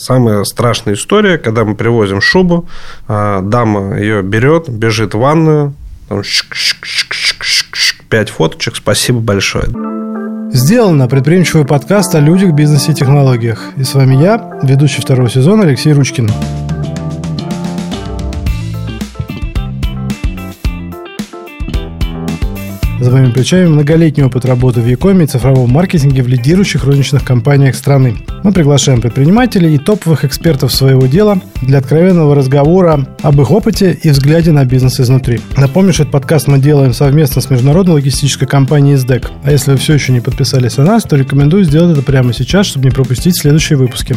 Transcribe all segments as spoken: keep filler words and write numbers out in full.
самая страшная история, когда мы привозим шубу, дама ее берет, бежит в ванную, там, пять фоточек, спасибо большое. Сделано. Предприимчивый подкаст о людях, бизнесе и технологиях. И с вами я, ведущий второго сезона Алексей Ручкин. За моими плечами многолетний опыт работы в Якоме и цифровом маркетинге в лидирующих розничных компаниях страны. Мы приглашаем предпринимателей и топовых экспертов своего дела для откровенного разговора об их опыте и взгляде на бизнес изнутри. Напомню, что этот подкаст мы делаем совместно с международной логистической компанией эс ди и си. А если вы все еще не подписались на нас, то рекомендую сделать это прямо сейчас, чтобы не пропустить следующие выпуски.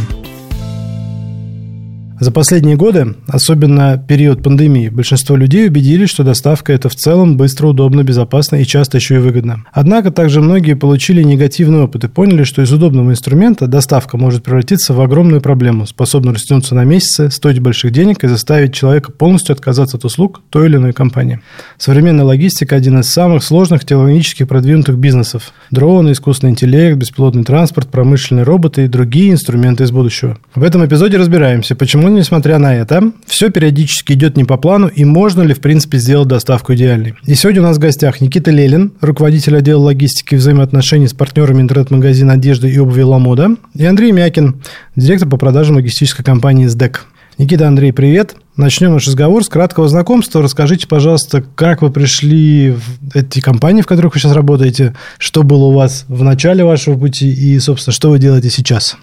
За последние годы, особенно период пандемии, большинство людей убедились, что доставка – это в целом быстро, удобно, безопасно и часто еще и выгодно. Однако также многие получили негативный опыт и поняли, что из удобного инструмента доставка может превратиться в огромную проблему, способную растянуться на месяцы, стоить больших денег и заставить человека полностью отказаться от услуг той или иной компании. Современная логистика – один из самых сложных технологически продвинутых бизнесов. Дроны, искусственный интеллект, беспилотный транспорт, промышленные роботы и другие инструменты из будущего. В этом эпизоде разбираемся, почему несмотря на это, все периодически идет не по плану и можно ли, в принципе, сделать доставку идеальной. И сегодня у нас в гостях Никита Лелин, руководитель отдела логистики и взаимоотношений с партнерами интернет-магазина одежды и обуви «Ламода», и Андрей Мякин, директор по продажам логистической компании эс ди и си. Никита, Андрей, привет. Начнем наш разговор с краткого знакомства. Расскажите, пожалуйста, как вы пришли в эти компании, в которых вы сейчас работаете, что было у вас в начале вашего пути и, собственно, что вы делаете сейчас?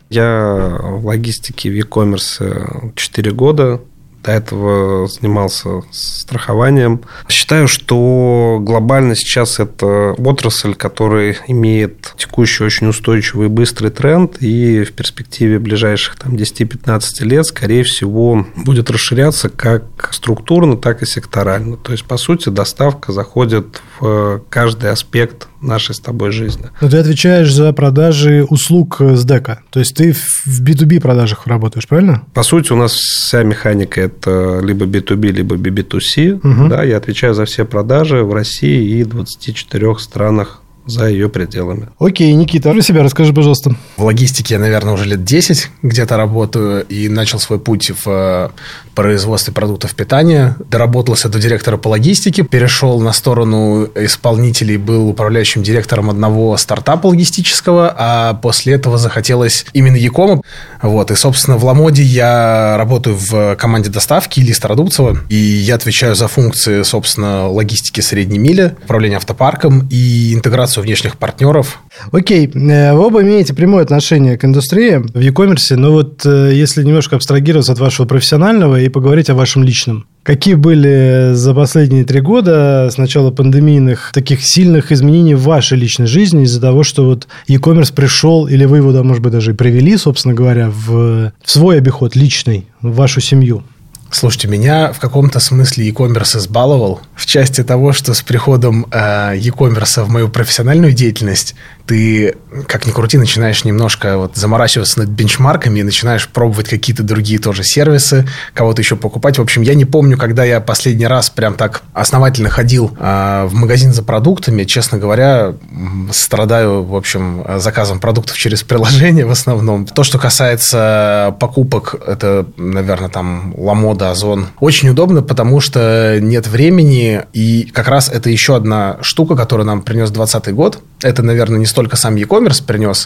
Я в логистике в e-commerce четыре года. До этого занимался страхованием. Считаю, что глобально сейчас это отрасль, которая имеет текущий очень устойчивый и быстрый тренд, и в перспективе ближайших там, десять-пятнадцать лет, скорее всего, будет расширяться как структурно, так и секторально. То есть, по сути, доставка заходит в каждый аспект нашей с тобой жизни. Но ты отвечаешь за продажи услуг эс ди и си. То есть, ты в би ту би продажах работаешь, правильно? По сути, у нас вся механика – это либо би ту би, либо би ту си. Угу. Да, я отвечаю за все продажи в России и двадцати четырёх странах за ее пределами. Окей, Никита, про себя расскажи, пожалуйста. В логистике я, наверное, уже лет десять где-то работаю и начал свой путь в производстве продуктов питания. Доработался до директора по логистике, перешел на сторону исполнителей, был управляющим директором одного стартапа логистического, а после этого захотелось именно Якома. Вот, и, собственно, в Ламоде я работаю в команде доставки Ильи Стародубцева, и я отвечаю за функции, собственно, логистики средней мили, управления автопарком и интеграцию внешних партнеров. Окей, вы оба имеете прямое отношение к индустрии в e-commerce, но вот если немножко абстрагироваться от вашего профессионального и поговорить о вашем личном. Какие были за последние три года с начала пандемийных таких сильных изменений в вашей личной жизни из-за того, что вот e-commerce пришел, или вы его, да, может быть, даже и привели, собственно говоря, в, в свой обиход личный, в вашу семью? Слушайте, меня в каком-то смысле e-commerce избаловал в части того, что с приходом э, e-commerce в мою профессиональную деятельность ты, как ни крути, начинаешь немножко вот заморачиваться над бенчмарками и начинаешь пробовать какие-то другие тоже сервисы, кого-то еще покупать. В общем, я не помню, когда я последний раз прям так основательно ходил э, в магазин за продуктами. Честно говоря, страдаю, в общем, заказом продуктов через приложение в основном. То, что касается покупок, это, наверное, там Ламода, Озон. Очень удобно, потому что нет времени, и как раз это еще одна штука, которую нам принес двадцатый год. Это, наверное, не столько сам e-commerce принес,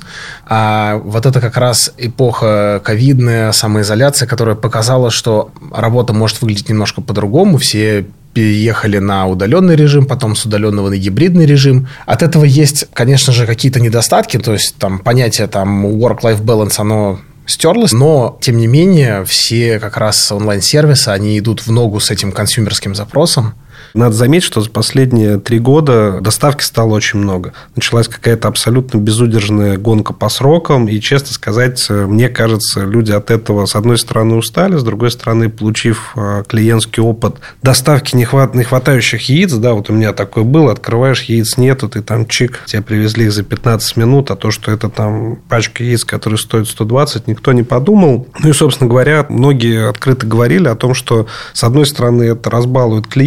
а вот это как раз эпоха ковидная, самоизоляция, которая показала, что работа может выглядеть немножко по-другому. Все переехали на удаленный режим, потом с удаленного на гибридный режим. От этого есть, конечно же, какие-то недостатки. То есть, там понятие там, work-life balance, оно стерлось, но, тем не менее, все как раз онлайн-сервисы, они идут в ногу с этим консюмерским запросом. Надо заметить, что за последние три года доставки стало очень много. Началась какая-то абсолютно безудержная гонка по срокам. И, честно сказать, мне кажется, люди от этого, с одной стороны, устали, с другой стороны, получив клиентский опыт доставки нехватающих яиц, да, вот у меня такое было, открываешь, яиц нету, ты там чик, тебе привезли их за пятнадцать минут, а то, что это там пачка яиц, которые стоят сто двадцать, никто не подумал. Ну и, собственно говоря, многие открыто говорили о том, что, с одной стороны, это разбалует клиентов, с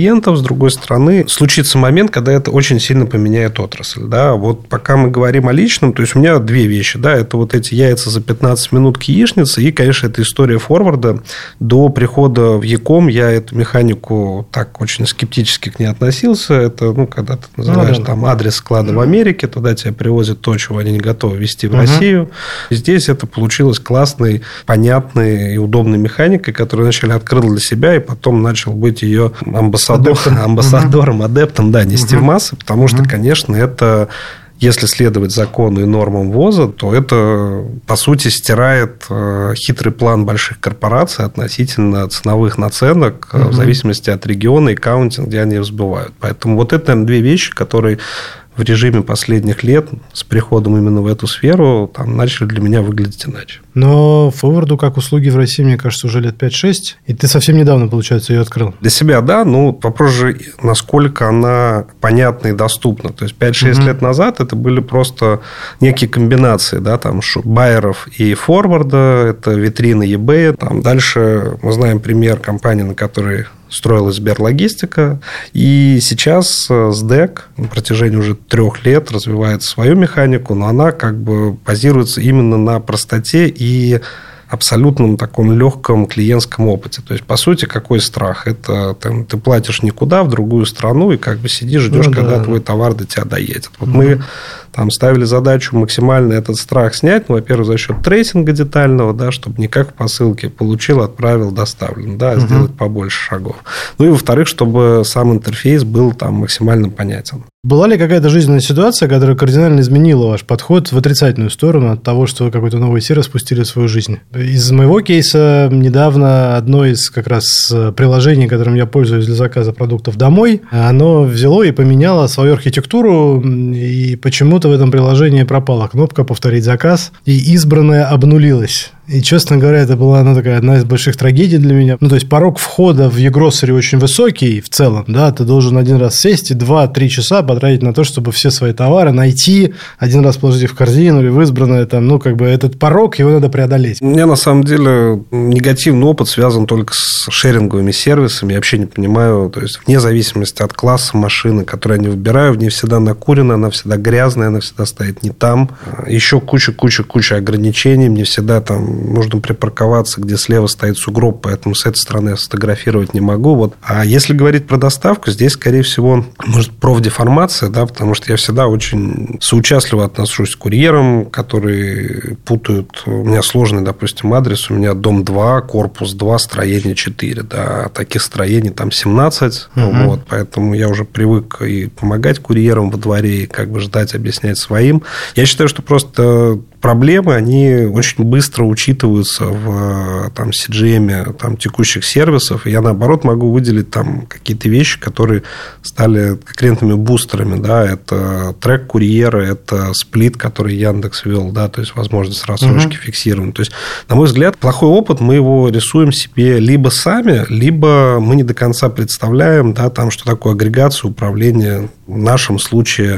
другой стороны, случится момент, когда это очень сильно поменяет отрасль. Да? Вот пока мы говорим о личном, то есть у меня две вещи. Да? Это вот эти яйца за пятнадцать минут к яичнице, и, конечно, это история форварда. До прихода в Яком я эту механику так очень скептически к ней относился. Это, ну, когда ты называешь ну, да, там да. адрес склада в Америке, туда тебя привозят то, чего они не готовы везти в угу. Россию. И здесь это получилось классной, понятной и удобной механикой, которую вначале открыл для себя, и потом начал быть ее амбассадором, амбассадором, угу. адептом, да, нести угу. в массы, потому что, угу. конечно, это... Если следовать закону и нормам ВОЗа, то это, по сути, стирает хитрый план больших корпораций относительно ценовых наценок угу. в зависимости от региона и каунтинга, где они разбивают. Поэтому вот это, наверное, две вещи, которые в режиме последних лет с приходом именно в эту сферу там, начали для меня выглядеть иначе. Но форварду как услуги в России, мне кажется, уже лет пять-шесть. И ты совсем недавно, получается, ее открыл. Для себя, да. Ну, вопрос же, насколько она понятна и доступна. То есть, пять-шесть угу. лет назад это были просто некие комбинации, да, там, байеров и форварда. Это витрины eBay. Там дальше мы знаем пример компании, на которой строилась Сберлогистика. И сейчас СДЭК на протяжении уже трех лет развивает свою механику, но она как бы базируется именно на простоте и абсолютном таком легком клиентском опыте. То есть, по сути, какой страх? Это там, ты платишь никуда, в другую страну, и как бы сидишь, ждешь, ну, когда да. твой товар до тебя доедет. Вот угу. мы там ставили задачу максимально этот страх снять, ну, во-первых, за счет трейсинга детального, да, чтобы не как в посылке получил, отправил, доставлен, да, угу. сделать побольше шагов. Ну, и, во-вторых, чтобы сам интерфейс был там максимально понятен. Была ли какая-то жизненная ситуация, которая кардинально изменила ваш подход в отрицательную сторону от того, что вы какой-то новый сервис спустили в свою жизнь? Из моего кейса недавно одно из как раз приложений, которым я пользуюсь для заказа продуктов домой, оно взяло и поменяло свою архитектуру, и почему-то в этом приложении пропала кнопка «Повторить заказ», и избранное обнулилось. И, честно говоря, это была ну, такая одна из больших трагедий для меня. Ну, то есть, порог входа в e-grocery очень высокий в целом, да, ты должен один раз сесть и два-три часа потратить на то, чтобы все свои товары найти, один раз положить их в корзину или в избранное, там, ну, как бы этот порог, его надо преодолеть. У меня, на самом деле, негативный опыт связан только с шеринговыми сервисами, я вообще не понимаю, то есть, вне зависимости от класса машины, которую я не выбираю, в ней всегда накурена, она всегда грязная, она всегда стоит не там, еще куча-куча-куча ограничений, мне всегда там нужно припарковаться, где слева стоит сугроб, поэтому с этой стороны я сфотографировать не могу. Вот. А если говорить про доставку, здесь, скорее всего, может, профдеформация, да, потому что я всегда очень соучастливо отношусь к курьерам, которые путают. У меня сложный, допустим, адрес. У меня дом два, корпус два, строение четыре. Да, таких строений там семнадцать. Угу. Вот, поэтому я уже привык и помогать курьерам во дворе, и как бы ждать, объяснять своим. Я считаю, что просто проблемы, они очень быстро учитываются в там, си джи эм там, текущих сервисов. И я, наоборот, могу выделить там какие-то вещи, которые стали конкретными бустерами. Да? Это трек курьера, это сплит, который Яндекс ввел, да? То есть возможность рассрочки угу. фиксирования. То есть, на мой взгляд, плохой опыт, мы его рисуем себе либо сами, либо мы не до конца представляем, да, там, что такое агрегация, управление. В нашем случае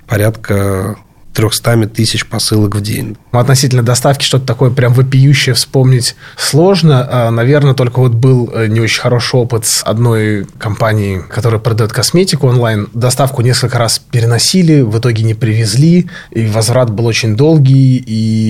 порядка триста тысяч посылок в день. Относительно доставки что-то такое прям вопиющее вспомнить сложно. Наверное, только вот был не очень хороший опыт с одной компанией, которая продает косметику онлайн. Доставку несколько раз переносили, в итоге не привезли, и возврат был очень долгий,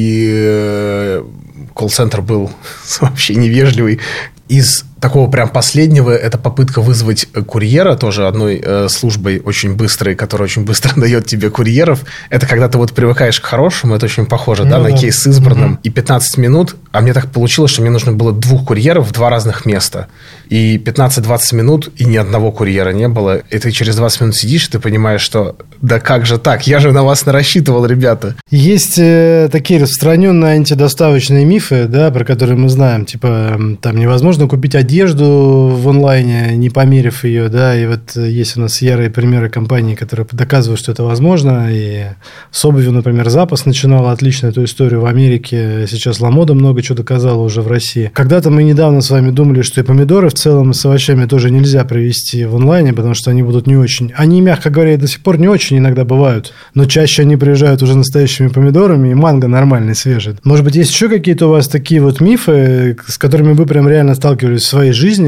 и колл-центр был вообще невежливый. Из такого прям последнего, это попытка вызвать курьера, тоже одной э, службой очень быстрой, которая очень быстро дает тебе курьеров. Это когда ты вот привыкаешь к хорошему, это очень похоже, ну, да, да, на кейс с избранным. Mm-hmm. И пятнадцать минут, а мне так получилось, что мне нужно было двух курьеров в два разных места. И пятнадцать-двадцать минут, и ни одного курьера не было. И ты через двадцать минут сидишь, и ты понимаешь, что да как же так, я же на вас рассчитывал, ребята. Есть э, такие распространенные антидоставочные мифы, да, про которые мы знаем, типа там невозможно купить одежду в онлайне, не померив ее, да, и вот есть у нас ярые примеры компаний, которые доказывают, что это возможно, и с обувью, например, Запас начинала отлично эту историю в Америке, сейчас Ламода много чего доказала уже в России. Когда-то мы недавно с вами думали, что и помидоры в целом с овощами тоже нельзя привезти в онлайне, потому что они будут не очень, они, мягко говоря, до сих пор не очень иногда бывают, но чаще они приезжают уже настоящими помидорами, и манго нормальный, свежий. Может быть, есть еще какие-то у вас такие вот мифы, с которыми вы прям реально сталкивались в своей жизни,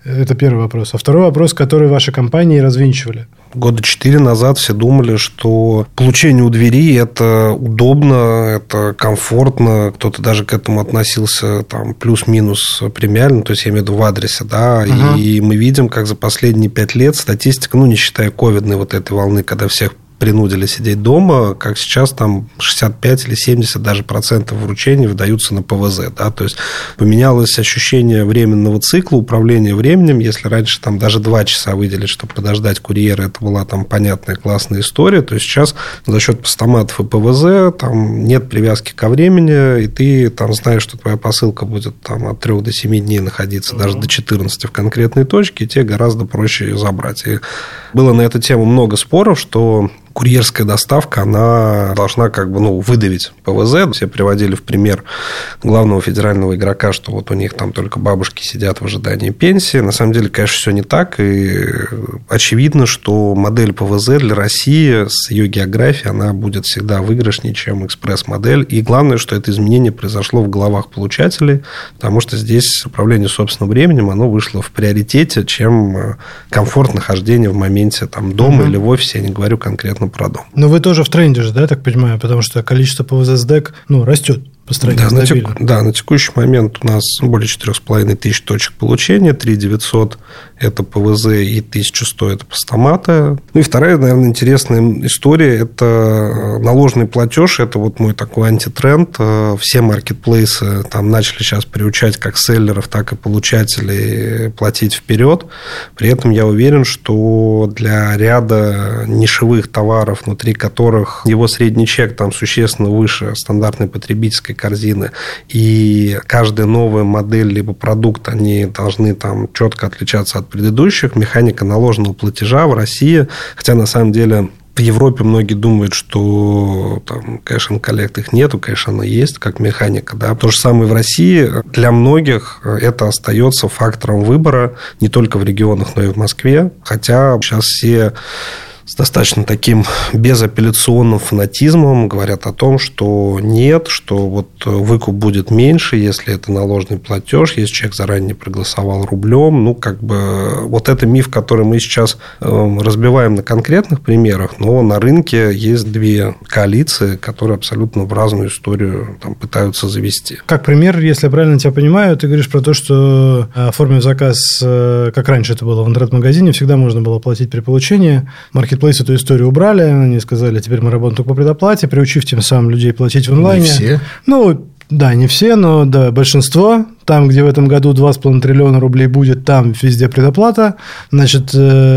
Это первый вопрос. А второй вопрос, который ваши компании развинчивали. Года четыре назад все думали, что получение у двери – это удобно, это комфортно. Кто-то даже к этому относился там, плюс-минус премиально, то есть я имею в виду в адресе. Да? Uh-huh. И мы видим, как за последние пять лет статистика, ну, не считая ковидной вот этой волны, когда всех принудили сидеть дома, как сейчас там шестьдесят пять или семьдесят даже процентов вручений выдаются на ПВЗ. Да? То есть поменялось ощущение временного цикла, управления временем. Если раньше там даже два часа выделить, чтобы подождать курьера, это была там понятная классная история, то сейчас за счет постаматов и ПВЗ там нет привязки ко времени, и ты там знаешь, что твоя посылка будет там от трех до семи дней находиться, mm-hmm. даже до четырнадцати в конкретной точке, и тебе гораздо проще ее забрать. И было на эту тему много споров, что курьерская доставка, она должна как бы, ну, выдавить ПВЗ. Все приводили в пример главного федерального игрока, что вот у них там только бабушки сидят в ожидании пенсии. На самом деле, конечно, все не так. И очевидно, что модель ПВЗ для России с ее географией, она будет всегда выигрышнее, чем экспресс-модель. И главное, что это изменение произошло в головах получателей, потому что здесь управление собственным временем, оно вышло в приоритете, чем комфорт нахождения в моменте там, дома угу. или в офисе. Я не говорю конкретно про дом. Но вы тоже в тренде же, да, я так понимаю, потому что количество ПВЗ с ДЭК, ну, растет по стране да, стабильно. На тек... Да, на текущий момент у нас более четырех с половиной тысяч точек получения, три тысячи девятьсот это ПВЗ и тысяча сто это постаматы. Ну и вторая, наверное, интересная история – это наложенный платеж. Это вот мой такой антитренд. Все маркетплейсы там начали сейчас приучать как селлеров, так и получателей платить вперед. При этом я уверен, что для ряда нишевых товаров, внутри которых его средний чек там существенно выше стандартной потребительской корзины, и каждая новая модель либо продукт, они должны там четко отличаться от предыдущих. Механика наложенного платежа в России, хотя на самом деле в Европе многие думают, что там кэш энд коллект их нету, конечно, она есть, как механика. Да? То же самое в России. Для многих это остается фактором выбора не только в регионах, но и в Москве. Хотя сейчас все с достаточно таким безапелляционным фанатизмом говорят о том, что нет, что вот выкуп будет меньше, если это наложенный платеж, если человек заранее проголосовал рублем. Ну, как бы вот это миф, который мы сейчас разбиваем на конкретных примерах, но на рынке есть две коалиции, которые абсолютно в разную историю там, пытаются завести. Как пример, если я правильно тебя понимаю, ты говоришь про то, что оформив заказ, как раньше это было в интернет-магазине, всегда можно было платить при получении. Маркетплейс эту историю убрали, они сказали, теперь мы работаем только по предоплате, приучив тем самым людей платить в онлайне. Не все. Ну, да, не все, но да, большинство. Там, где в этом году два с половиной триллиона рублей будет, там везде предоплата. Значит,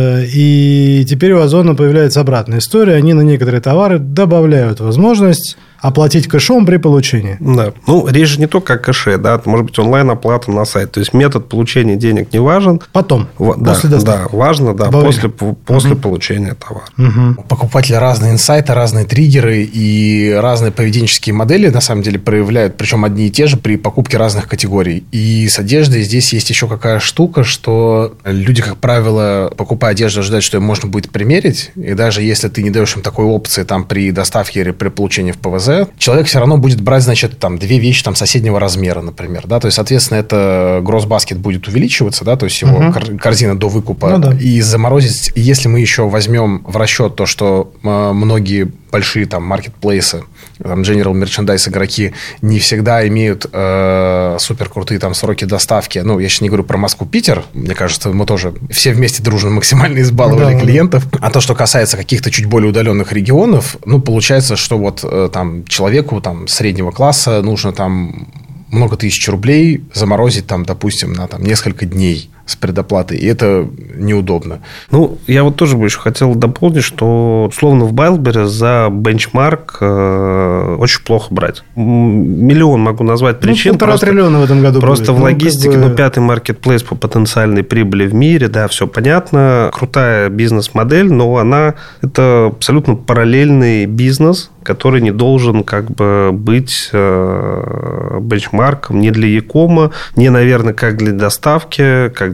и теперь у Озона появляется обратная история. Они на некоторые товары добавляют возможность оплатить кэшом при получении. Да. Ну, речь же не только о кэше, да, это может быть онлайн-оплата на сайт. То есть метод получения денег не важен. Потом, в, да, после доставки. Да, важно, да, после, после угу. получения товара. Угу. У покупателя разные инсайты, разные триггеры и разные поведенческие модели, на самом деле, проявляют, причем одни и те же при покупке разных категорий. И с одеждой здесь есть еще какая штука, что люди, как правило, покупая одежду, ожидают, что ее можно будет примерить. И даже если ты не даешь им такой опции там, при доставке или при получении в ПВЗ, человек все равно будет брать, значит, там, две вещи там, соседнего размера, например. Да? То есть, соответственно, это гросс-баскет будет увеличиваться, да? То есть, его uh-huh. корзина до выкупа. Ну, да. И заморозить. Если мы еще возьмем в расчет то, что э, многие большие там маркетплейсы, там, general merchandise игроки не всегда имеют э, супер крутые там сроки доставки. Ну, я сейчас не говорю про Москву-Питер. Мне кажется, мы тоже все вместе дружно максимально избаловали да, клиентов. Да. А то, что касается каких-то чуть более удаленных регионов, ну, получается, что вот э, там человеку там среднего класса нужно там много тысяч рублей заморозить там, допустим, на там, несколько дней с предоплатой, и это неудобно. Ну, я вот тоже бы еще хотел дополнить, что, условно, в Wildberries за бенчмарк э, очень плохо брать. Миллион могу назвать причин. Ну, полтора триллиона в этом году Просто будет. в логистике, ну, как бы... ну, пятый маркетплейс по потенциальной прибыли в мире, да, все понятно. Крутая бизнес-модель, но она, это абсолютно параллельный бизнес, который не должен как бы быть э, бенчмарком ни для Якома, ни, наверное, как для доставки, как для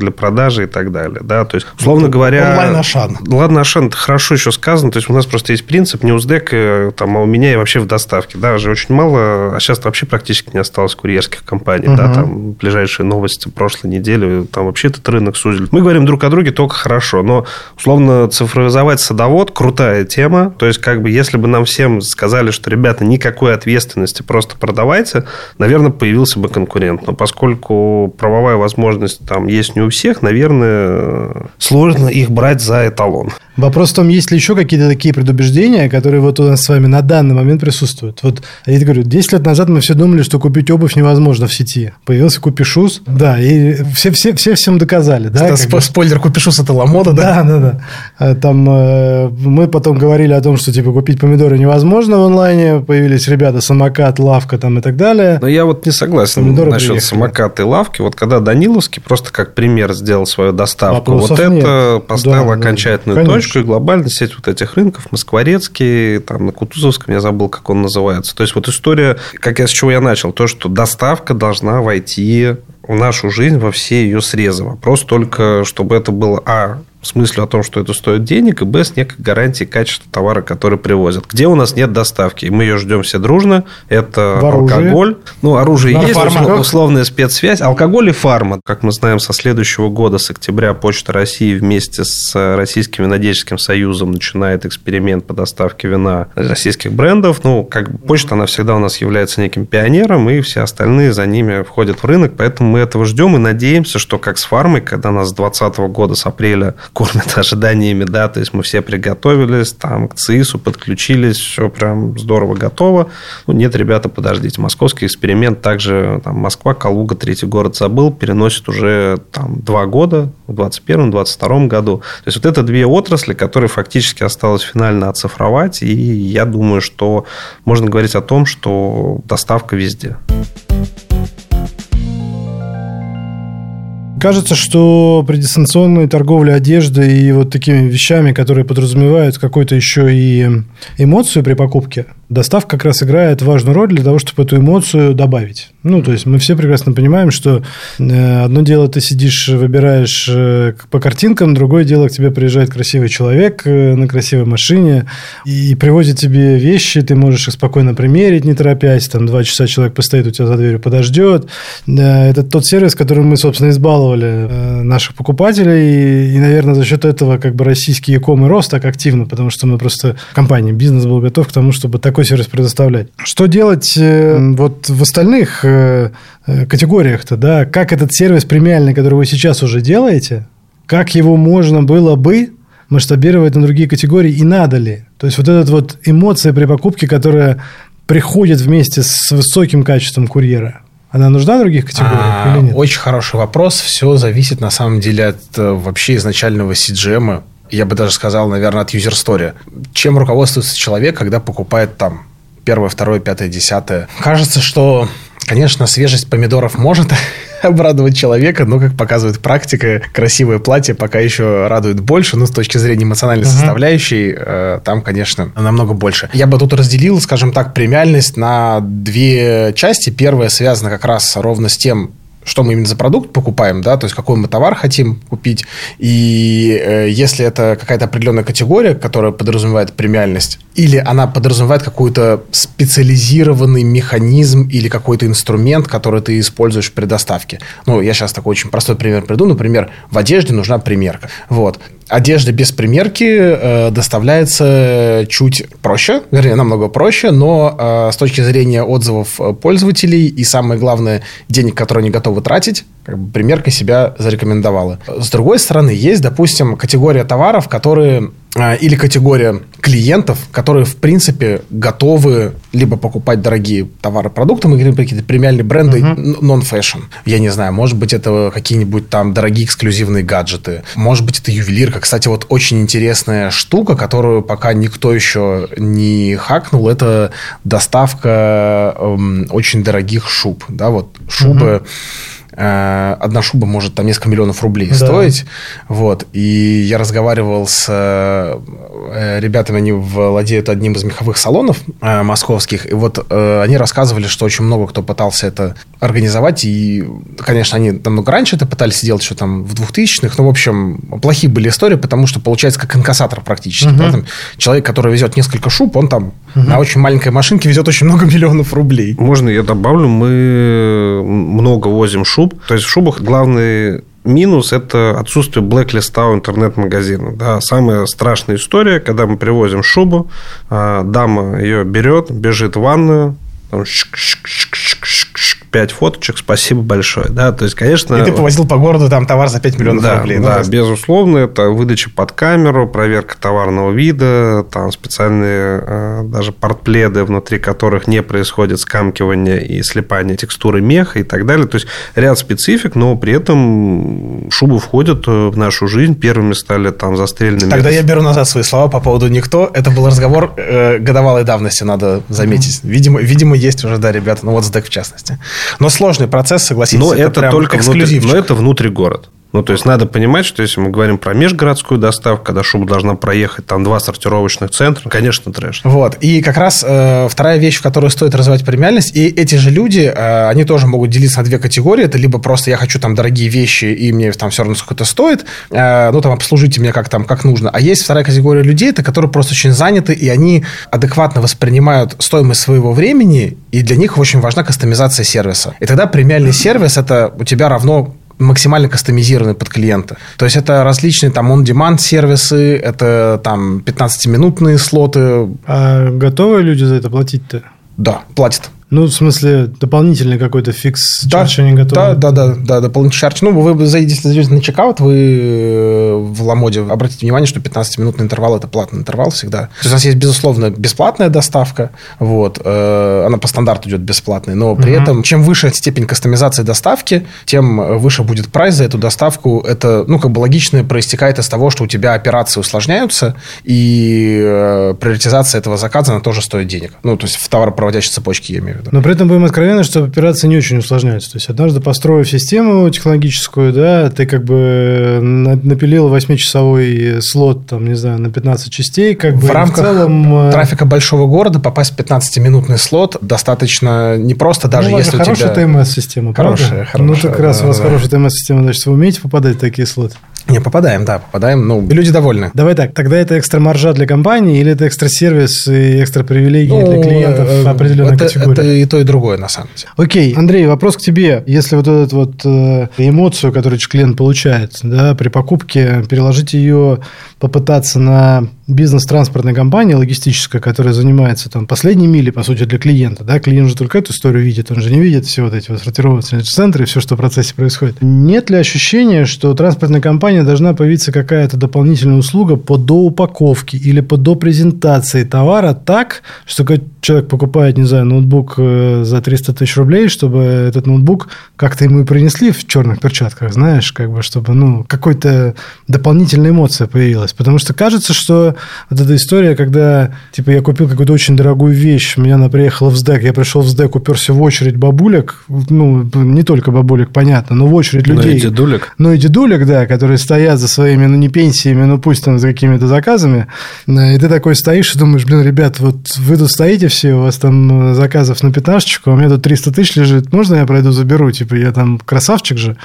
для продажи и так далее. Да? То есть, условно говоря... Онлайн-Ашан. Ладно, Ашан, это хорошо еще сказано. То есть, у нас просто есть принцип Newsdeck, там, а у меня и вообще в доставке. Да, уже очень мало, а сейчас вообще практически не осталось курьерских компаний. Uh-huh. Да, там ближайшие новости прошлой недели, там вообще этот рынок сузили. Мы говорим друг о друге только хорошо, но, условно, цифровизовать садовод – крутая тема. То есть, как бы, если бы нам всем сказали, что, ребята, никакой ответственности, просто продавайте, наверное, появился бы конкурент. Но поскольку правовая возможность там есть не у всех, наверное, сложно их брать за эталон. Вопрос в том, есть ли еще какие-то такие предубеждения, которые вот у нас с вами на данный момент присутствуют. Вот я говорю, десять лет назад мы все думали, что купить обувь невозможно в сети. Появился Купишус, да, и все, все, все всем доказали. Да, Сп- спойлер, Купишус – это ламода, да? Да, да, да. Там э, мы потом говорили о том, что типа купить помидоры невозможно в онлайне, появились ребята самокат, лавка там и так далее. Но я вот не согласен помидоры насчет приехали. Самоката и лавки. Вот когда Даниловский просто как пример сделал свою доставку, Вопросов вот нет. это поставило да, окончательную да, точку. И глобально сеть вот этих рынков, Москворецкий, там на Кутузовском, я забыл, как он называется. То есть, вот история, как я с чего я начал, то, что доставка должна войти в нашу жизнь во все ее срезы. Вопрос только, чтобы это было, а, в смысле о том, что это стоит денег, и б, с некой гарантией качества товара, который привозят. Где у нас нет доставки, и мы ее ждем все дружно, это алкоголь. Ну, оружие есть, фарма. Условная спецсвязь. Алкоголь и фарма. Как мы знаем, со следующего года, с октября, Почта России вместе с Российским винодельческим союзом начинает эксперимент по доставке вина российских брендов. Ну, как бы почта, она всегда у нас является неким пионером, и все остальные за ними входят в рынок, поэтому мы этого ждем и надеемся, что как с фармой, когда нас с двадцатого года, с апреля, кормят ожиданиями, да, то есть мы все приготовились, там к ЦИСу подключились, все прям здорово готово. Ну, нет, ребята, подождите, московский эксперимент также, там, Москва, Калуга, третий город забыл, переносит уже там два года, в двадцать первом - двадцать втором году. То есть, вот это две отрасли, которые фактически осталось финально оцифровать, и я думаю, что можно говорить о том, что доставка везде. Кажется, что при дистанционной торговле одеждой и вот такими вещами, которые подразумевают какую-то еще и эмоцию при покупке, доставка как раз играет важную роль для того, чтобы эту эмоцию добавить. Ну, то есть, мы все прекрасно понимаем, что одно дело ты сидишь, выбираешь по картинкам, другое дело к тебе приезжает красивый человек на красивой машине и привозит тебе вещи, ты можешь их спокойно примерить, не торопясь, там два часа человек постоит у тебя за дверью, подождет. Это тот сервис, которым мы, собственно, избаловали наших покупателей, и, и, наверное, за счет этого как бы российский e-com и рос так активно, потому что мы просто, компания, бизнес был готов к тому, чтобы такой сервис предоставлять. Что делать вот в остальных категориях-то, да? Как этот сервис премиальный, который вы сейчас уже делаете, как его можно было бы масштабировать на другие категории и надо ли? То есть, вот эта вот эмоция при покупке, которая приходит вместе с высоким качеством курьера, она нужна в других категориях а, или нет? Очень хороший вопрос. Все зависит, на самом деле, от вообще изначального си джи эм. Я бы даже сказал, наверное, от юзер-стори. Чем руководствуется человек, когда покупает там первое, второе, пятое, десятое? Кажется, что, конечно, свежесть помидоров может обрадовать человека, но, как показывает практика, красивое платье пока еще радует больше, но с точки зрения эмоциональной uh-huh. составляющей, э, там, конечно, намного больше. Я бы тут разделил, скажем так, премиальность на две части. Первая связана как раз ровно с тем, что мы именно за продукт покупаем, да, то есть какой мы товар хотим купить. И э, если это какая-то определенная категория, которая подразумевает премиальность, или она подразумевает какой-то специализированный механизм или какой-то инструмент, который ты используешь при доставке. Ну, я сейчас такой очень простой пример приведу. Например, в одежде нужна примерка. Вот. Одежда без примерки э, доставляется чуть проще, вернее, намного проще, но э, с точки зрения отзывов пользователей и, самое главное, денег, которые они готовы тратить, как бы примерка себя зарекомендовала. С другой стороны, есть, допустим, категория товаров, которые... или категория клиентов, которые, в принципе, готовы либо покупать дорогие товары, продукты, мы говорим про какие-то премиальные бренды, uh-huh. non-fashion. Я не знаю, может быть, это какие-нибудь там дорогие эксклюзивные гаджеты, может быть, это ювелирка. Кстати, вот очень интересная штука, которую пока никто еще не хакнул, это доставка эм, очень дорогих шуб. Да, вот шубы... Uh-huh. одна шуба может там несколько миллионов рублей да. стоить. Вот. И я разговаривал с ребятами, они владеют одним из меховых салонов московских, и вот они рассказывали, что очень много кто пытался это организовать, и, конечно, они намного раньше это пытались делать, еще там в двухтысячных, но, в общем, плохие были истории, потому что получается как инкассатор практически. Uh-huh. Да? Там человек, который везет несколько шуб, он там uh-huh. на очень маленькой машинке везет очень много миллионов рублей. Можно я добавлю? Мы много возим шуб. То есть в шубах главный минус – это отсутствие блэк-листа у интернет-магазина. Да, самая страшная история, когда мы привозим шубу, дама ее берет, бежит в ванную, там, пять фоточек, спасибо большое. Да, то есть, конечно... И ты повозил по городу там товар за пять миллионов да, рублей. Да, да, безусловно. Это выдача под камеру, проверка товарного вида, там специальные э, даже портпледы, внутри которых не происходит скамкивание и слипание текстуры меха и так далее. То есть, ряд специфик, но при этом шубы входят в нашу жизнь. Первыми стали там застреленными... Тогда я беру назад свои слова по поводу «никто». Это был разговор э, годовалой давности, надо заметить. Видимо, видимо, есть уже, да, ребята, ну вот СДЭК в частности. Но сложный процесс, согласитесь, но это, это прям только эксклюзивчик. Внутри, но это внутри город. Ну, то есть, надо понимать, что если мы говорим про межгородскую доставку, когда шуба должна проехать там два сортировочных центра, конечно, трэш. Вот. И как раз э, вторая вещь, в которой стоит развивать премиальность, и эти же люди, э, они тоже могут делиться на две категории. Это либо просто я хочу там дорогие вещи, и мне там все равно сколько это стоит, э, ну, там, обслужите меня как, там, как нужно. А есть вторая категория людей, это которые просто очень заняты, и они адекватно воспринимают стоимость своего времени, и для них очень важна кастомизация сервиса. И тогда премиальный сервис – это у тебя равно максимально кастомизированный под клиента. То есть, это различные там on-demand сервисы, это там пятнадцатиминутные слоты. А готовы люди за это платить-то? Да, платят. Ну, в смысле, дополнительный какой-то фикс да, чарч они готовы? Да, да, да, да, дополнительный чарч. Ну, вы зайдете, если зайдете на чекаут, вы в Ламоде обратите внимание, что пятнадцатиминутный интервал – это платный интервал всегда. То есть, у нас есть, безусловно, бесплатная доставка. Вот, э, она по стандарту идет бесплатной, но при uh-huh. этом, чем выше степень кастомизации доставки, тем выше будет прайс за эту доставку. Это, ну, как бы логично проистекает из того, что у тебя операции усложняются, и э, приоритизация этого заказа, она тоже стоит денег. Ну, то есть, в товаропроводящей цепочке, я имею в виду. Но при этом будем откровенны, что операции не очень усложняются. То есть, однажды построив систему технологическую, да, ты как бы напилил восьмичасовой слот, там, не знаю, на пятнадцать частей. Как в бы, рамках в целом... трафика большого города попасть в пятнадцатиминутный слот достаточно непросто, даже ну, если у тебя... Хорошая ти эм эс-система, хорошая, правда? Хорошая, ну, как да, раз да, у вас да. хорошая ти эм эс-система, значит, вы умеете попадать в такие слоты? Не, попадаем, да, попадаем. Ну, и люди довольны. Давай так, тогда это экстра маржа для компании или это экстра сервис и экстра привилегии ну, для клиентов э, определенной это, категории? Это и то, и другое, на самом деле. Окей, Андрей, вопрос к тебе. Если вот эту вот э, эмоцию, которую клиент получает, да, при покупке, переложить ее, попытаться на бизнес-транспортной компании логистической, которая занимается там последней мили, по сути, для клиента, да, клиент же только эту историю видит, он же не видит все вот эти вот сортировочные центры и все, что в процессе происходит. Нет ли ощущения, что транспортная компания должна появиться какая-то дополнительная услуга по доупаковке или по допрезентации товара так, что когда человек покупает, не знаю, ноутбук за триста тысяч рублей, чтобы этот ноутбук как-то ему и принесли в черных перчатках, знаешь, как бы, чтобы, ну, какой-то дополнительная эмоция появилась. Потому что кажется, что вот эта история, когда, типа, я купил какую-то очень дорогую вещь, меня она приехала в СДЭК, я пришел в СДЭК, уперся в очередь бабулек, ну, не только бабулек, понятно, но в очередь людей. Ну, и дедулек. Ну, и дедулек, да, которые стоят за своими, ну, не пенсиями, ну, пусть там за какими-то заказами, и ты такой стоишь и думаешь, блин, ребят, вот вы тут стоите все, у вас там заказов на пятнашечку, а у меня тут триста тысяч лежит, можно я пройду заберу, типа, я там красавчик же.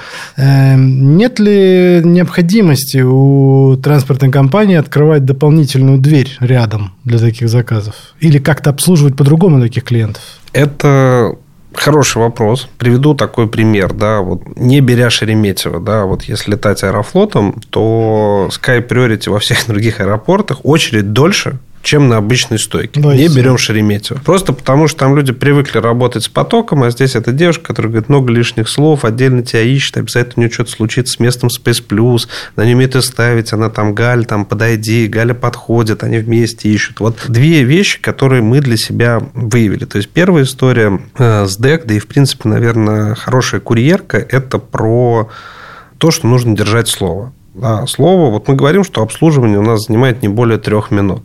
Нет ли необходимости у транспортной компании открывать дополнительную дверь рядом для таких заказов? Или как-то обслуживать по-другому таких клиентов? Это хороший вопрос. Приведу такой пример. Да, вот, не беря Шереметьево, да, вот если летать аэрофлотом, то Sky Priority во всех других аэропортах очередь дольше, чем на обычной стойке. Давайте. Не берем Шереметьево. Просто потому, что там люди привыкли работать с потоком, а здесь эта девушка, которая говорит много лишних слов, отдельно тебя ищет, обязательно у нее что-то случится с местом Space Plus, она не умеет ее ставить, она там, Галь, там, подойди, Галя подходит, они вместе ищут. Вот две вещи, которые мы для себя выявили. То есть, первая история с ДЭК, да и, в принципе, наверное, хорошая курьерка, это про то, что нужно держать слово. Да, слово. Вот мы говорим, что обслуживание у нас занимает не более трех минут.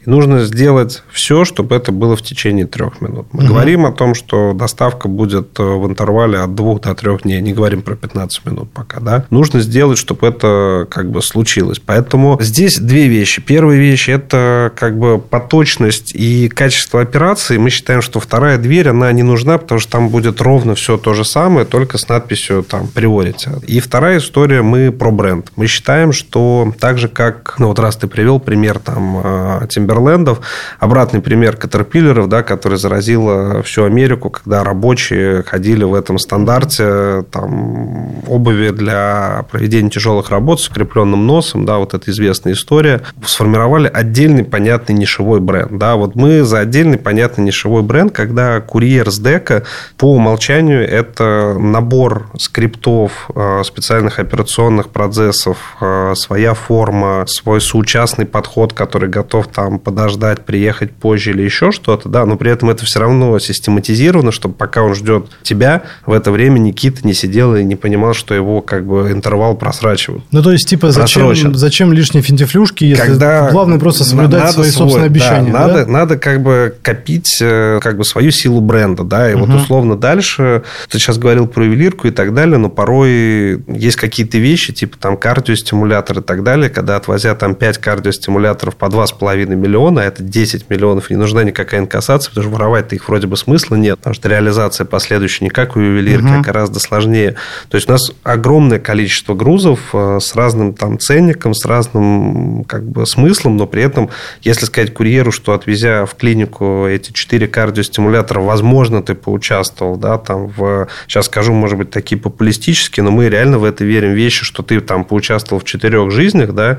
И нужно сделать все, чтобы это было в течение трех минут. Мы угу. говорим о том, что доставка будет в интервале от двух до трех дней. Не говорим про пятнадцать минут пока. Да? Нужно сделать, чтобы это как бы случилось. Поэтому здесь две вещи. Первая вещь – это как бы поточность и качество операции. Мы считаем, что вторая дверь, она не нужна, потому что там будет ровно все то же самое, только с надписью там «Priority». И вторая история, мы про бренд. Мы считаем, что так же, как, ну вот раз ты привел пример там Тимберлендов, обратный пример Caterpillar'ов, да, который заразила всю Америку, когда рабочие ходили в этом стандарте там, обуви для проведения тяжелых работ с укрепленным носом, да, вот эта известная история, сформировали отдельный понятный нишевой бренд. Да. Вот мы за отдельный понятный нишевой бренд, когда курьер с дека по умолчанию это набор скриптов, специальных операционных процессов, своя форма, свой соучастный подход, который готов там подождать, приехать позже или еще что-то, да, но при этом это все равно систематизировано, чтобы пока он ждет тебя, в это время Никита не сидел и не понимал, что его как бы интервал просрачивают. Ну, то есть, типа, зачем, зачем лишние финтифлюшки, если Когда главное просто соблюдать свои свой, собственные обещания? Да, да? Надо, надо как бы копить как бы свою силу бренда, да, и угу. вот условно дальше, ты сейчас говорил про ювелирку и так далее, но порой есть какие-то вещи, типа там кардиостимулятор и так далее, когда отвозя там пять кардиостимуляторов по два с половиной миллиона, а это десять миллионов, не нужна никакая инкассация, потому что воровать-то их вроде бы смысла нет, потому что реализация последующая не как у ювелирки, угу. а гораздо сложнее. То есть у нас огромное количество грузов с разным там ценником, с разным как бы смыслом, но при этом, если сказать курьеру, что отвезя в клинику эти четыре кардиостимулятора, возможно, ты поучаствовал, да, там в, сейчас скажу, может быть, такие популистические, но мы реально в это верим вещи, что ты там поучаствовал в четырех жизнях, да,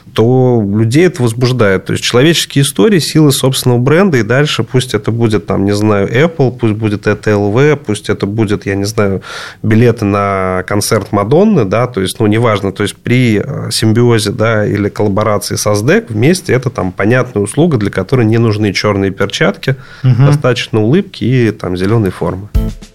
то людей это возбуждает. То есть человеческие истории, силы собственного бренда, и дальше пусть это будет, там, не знаю, Apple, пусть будет это эл ви, пусть это будет, я не знаю, билеты на концерт Мадонны, да, то есть, ну, неважно, то есть при симбиозе, да, или коллаборации со эс ди и си вместе это там понятная услуга, для которой не нужны черные перчатки, угу. достаточно улыбки и там зеленой формы.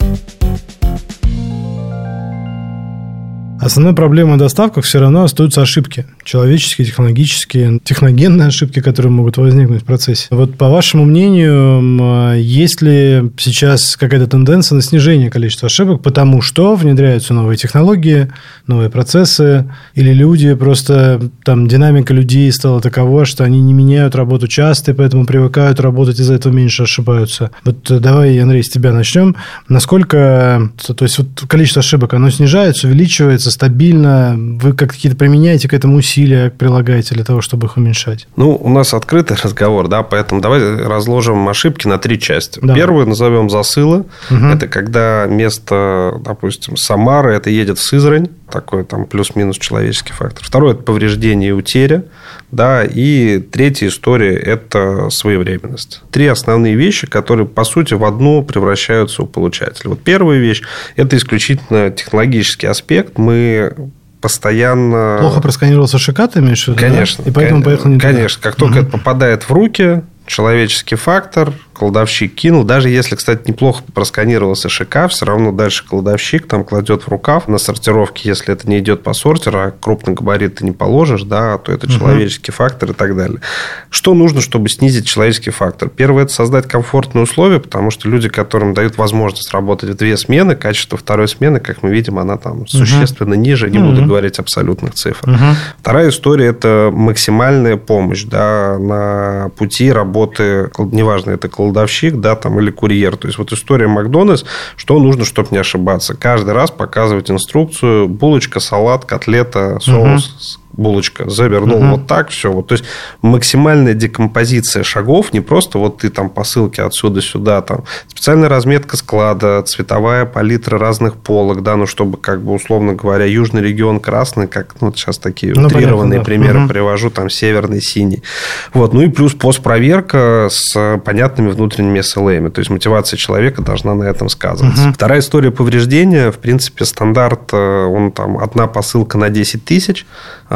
Основной проблемой в доставках все равно остаются ошибки. Человеческие, технологические, техногенные ошибки, которые могут возникнуть в процессе. Вот по вашему мнению, есть ли сейчас какая-то тенденция на снижение количества ошибок, потому что внедряются новые технологии, новые процессы, или люди просто, там, динамика людей стала такова, что они не меняют работу часто, и поэтому привыкают работать, из-за этого меньше ошибаются. Вот давай, Андрей, с тебя начнем. Насколько, то есть, вот количество ошибок, оно снижается, увеличивается, стабильно? Вы как какие-то применяете к этому усилия, прилагаете для того, чтобы их уменьшать? Ну, у нас открытый разговор, да, поэтому давай разложим ошибки на три части. Да. Первую назовем засылы. Угу. Это когда вместо, допустим, Самары это едет в Сызрань, такой там плюс-минус человеческий фактор. Второе – это повреждение и утеря. Да, и третья история – это своевременность. Три основные вещи, которые, по сути, в одну превращаются у получателя. Вот первая вещь – это исключительно технологический аспект. Мы постоянно... Плохо просканировался ШК, ты имеешь в виду? Конечно. Да? И поэтому конечно, поехал не туда. Конечно. Как только угу. это попадает в руки, человеческий фактор, кладовщик кинул. Даже если, кстати, неплохо просканировался ШК, все равно дальше кладовщик там кладет в рукав. На сортировке, если это не идет по сортеру, а крупный габарит ты не положишь, да, то это человеческий угу. фактор и так далее. Что нужно, чтобы снизить человеческий фактор? Первое – это создать комфортные условия, потому что люди, которым дают возможность работать в две смены, качество второй смены, как мы видим, она там угу. существенно ниже, не угу. буду говорить абсолютных цифр. Угу. Вторая история – это максимальная помощь, да, на пути работы, неважно, это кладовщик, да, там, или курьер. То есть, вот история Макдональдс, что нужно, чтобы не ошибаться. Каждый раз показывать инструкцию: булочка, салат, котлета, соус, угу. булочка, завернул угу. вот так, все. Вот, то есть, максимальная декомпозиция шагов, не просто вот ты там по ссылке отсюда сюда, там, специальная разметка склада, цветовая палитра разных полок, да, ну, чтобы, как бы, условно говоря, южный регион красный, как, ну, вот сейчас такие ну, утрированные понятно, да. примеры угу. привожу, там, северный синий. Вот, ну, и плюс постпроверка с понятными внутренними эс эл эми, то есть, мотивация человека должна на этом сказываться. Угу. Вторая история повреждения, в принципе, стандарт, он там, одна посылка на десять тысяч,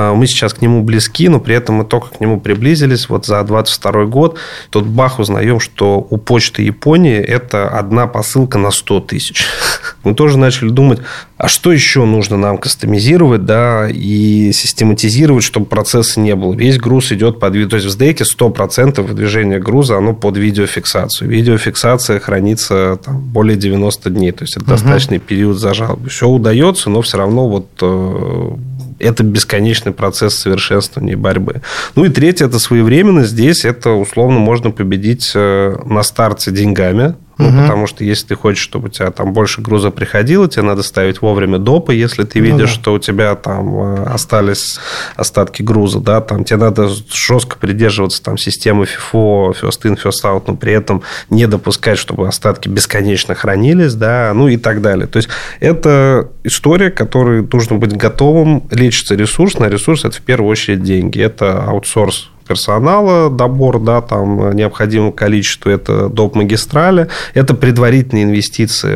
Мы сейчас к нему близки, но при этом мы только к нему приблизились. Вот за двадцать второй год тут бах узнаем, что у почты Японии это одна посылка на сто тысяч. Мы тоже начали думать, а что еще нужно нам кастомизировать, да, и систематизировать, чтобы процесса не было. Весь груз идет под видео. То есть в сдеке сто процентов выдвижения груза, оно под видеофиксацию. Видеофиксация хранится там, более девяносто дней. То есть это uh-huh. достаточный период за жалобой. Все удается, но все равно вот э, это бесконечный процесс совершенствования и борьбы. Ну и третье, это своевременность. Здесь это условно можно победить на старте деньгами. Ну, угу. Потому что если ты хочешь, чтобы у тебя там больше груза приходило, тебе надо ставить вовремя допы, если ты видишь, ну, да. что у тебя там остались остатки груза, да, там тебе надо жестко придерживаться там системы FIFO, First In, First Out, но при этом не допускать, чтобы остатки бесконечно хранились, да, ну и так далее. То есть это история, которой нужно быть готовым, лечится ресурс, на ресурс это в первую очередь деньги, это аутсорс персонала, добор, да, там необходимого количества, это доп. Магистрали, это предварительные инвестиции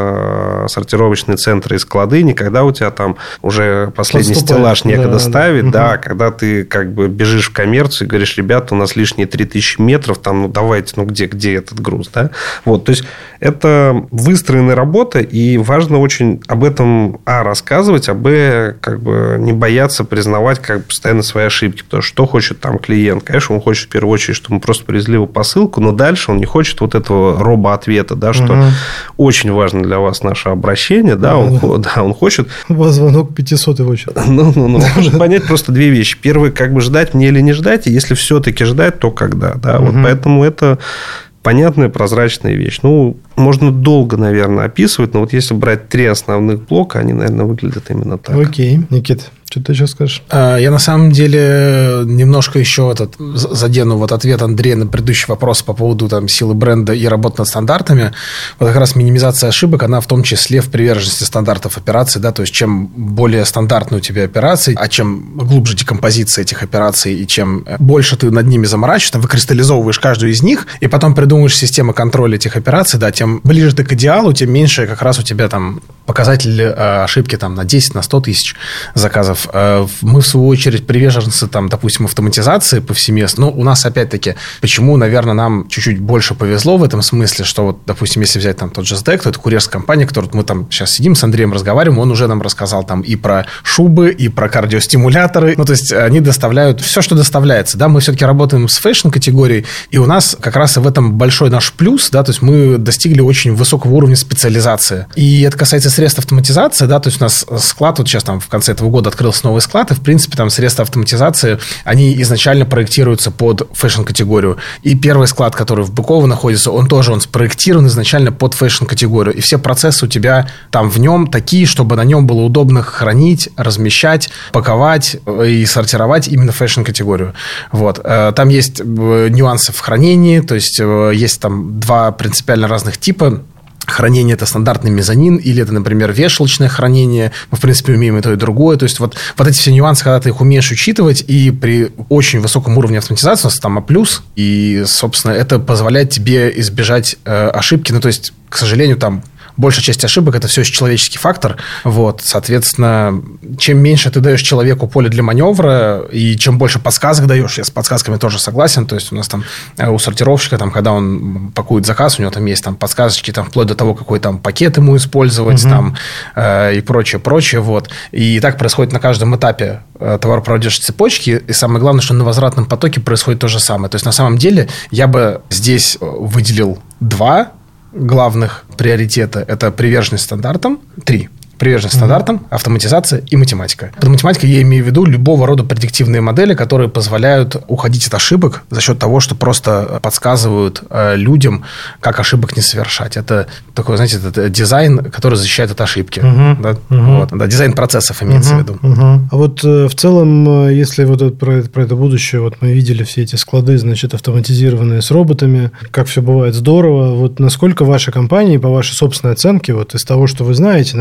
в сортировочные центры и склады, не когда у тебя там уже последний Поступает. стеллаж некогда да, ставить, да, да угу. когда ты как бы бежишь в коммерцию и говоришь, ребята, у нас лишние три тысячи метров, там, ну, давайте, ну, где, где этот груз, да, вот, то есть, это выстроенная работа, и важно очень об этом, а, рассказывать, а, б, как бы не бояться признавать как бы постоянно свои ошибки, потому что что хочет там клиент, конечно, он хочет в первую очередь, чтобы мы просто привезли его посылку, но дальше он не хочет вот этого робо-ответа, да, что угу. очень важно для вас наше обращение, да, он, да. да, он хочет... У вас звонок пятисотый в очередь. Ну, ну, ну, он хочет понять просто две вещи. Первое, как бы ждать мне или не ждать, и если все-таки ждать, то когда, да, вот поэтому это... понятная, прозрачная вещь. Ну, можно долго, наверное, описывать, но вот если брать три основных блока, они, наверное, выглядят именно так. Окей. Никит, что ты еще скажешь? Я на самом деле немножко еще этот, задену вот ответ Андрея на предыдущий вопрос по поводу там, силы бренда и работы над стандартами. Вот как раз минимизация ошибок, она в том числе в приверженности стандартов операций. Да? То есть, чем более стандартные у тебя операции, а чем глубже декомпозиция этих операций, и чем больше ты над ними заморачиваешься, выкристаллизовываешь каждую из них, и потом придумываешь систему контроля этих операций, да, тем ближе ты к идеалу, тем меньше как раз у тебя там показатель э, ошибки там, на десять, на сто тысяч заказов. Э, мы, в свою очередь, приверженцы, там, допустим, автоматизации повсеместно. Но у нас, опять-таки, почему, наверное, нам чуть-чуть больше повезло в этом смысле, что, вот, допустим, если взять там тот же сдэк, то это курьерская компания, которую мы там сейчас сидим с Андреем, разговариваем, он уже нам рассказал там и про шубы, и про кардиостимуляторы. Ну, то есть, они доставляют все, что доставляется. Да? Мы все-таки работаем с фэшн-категорией, и у нас как раз и в этом большой наш плюс, да, то есть, мы достигли очень высокого уровня специализации. И это касается средств автоматизации, да, то есть, у нас склад, вот сейчас там в конце этого года открылся новый склад, и, в принципе, там средства автоматизации, они изначально проектируются под фэшн-категорию. И первый склад, который в Быково находится, он тоже, он спроектирован изначально под фэшн-категорию. И все процессы у тебя там в нем такие, чтобы на нем было удобно хранить, размещать, паковать и сортировать именно фэшн-категорию. Вот. Там есть нюансы в хранении, то есть, есть там два принципиально разных типа. Хранение – это стандартный мезонин, или это, например, вешалочное хранение. Мы, в принципе, умеем и то, и другое. То есть, вот, вот эти все нюансы, когда ты их умеешь учитывать, и при очень высоком уровне автоматизации у нас там А+, и, собственно, это позволяет тебе избежать э, ошибки. Ну, то есть, к сожалению, там большая часть ошибок – это все человеческий фактор. Вот, соответственно, чем меньше ты даешь человеку поле для маневра, и чем больше подсказок даешь, я с подсказками тоже согласен. То есть, у нас там у сортировщика, там, когда он пакует заказ, у него там есть там, подсказочки там, вплоть до того, какой там пакет ему использовать, угу. там, э, и прочее, прочее. Вот. И так происходит на каждом этапе э, товаропроводящей цепочки. И самое главное, что на возвратном потоке происходит то же самое. То есть, на самом деле, я бы здесь выделил два главных приоритета. Это приверженность стандартам. Три. Приверженность mm-hmm. стандартам, автоматизация и математика. Под математикой я имею в виду любого рода предиктивные модели, которые позволяют уходить от ошибок за счет того, что просто подсказывают э, людям, как ошибок не совершать. Это такой, знаете, это дизайн, который защищает от ошибки. Mm-hmm. Да? Mm-hmm. Вот. Да, дизайн процессов имеется mm-hmm. в виду. Mm-hmm. А вот э, в целом, если вот это, про, про это будущее, вот мы видели все эти склады, значит, автоматизированные с роботами, как все бывает здорово. Вот насколько ваши компании, по вашей собственной оценке, вот из того, что вы знаете, например, да,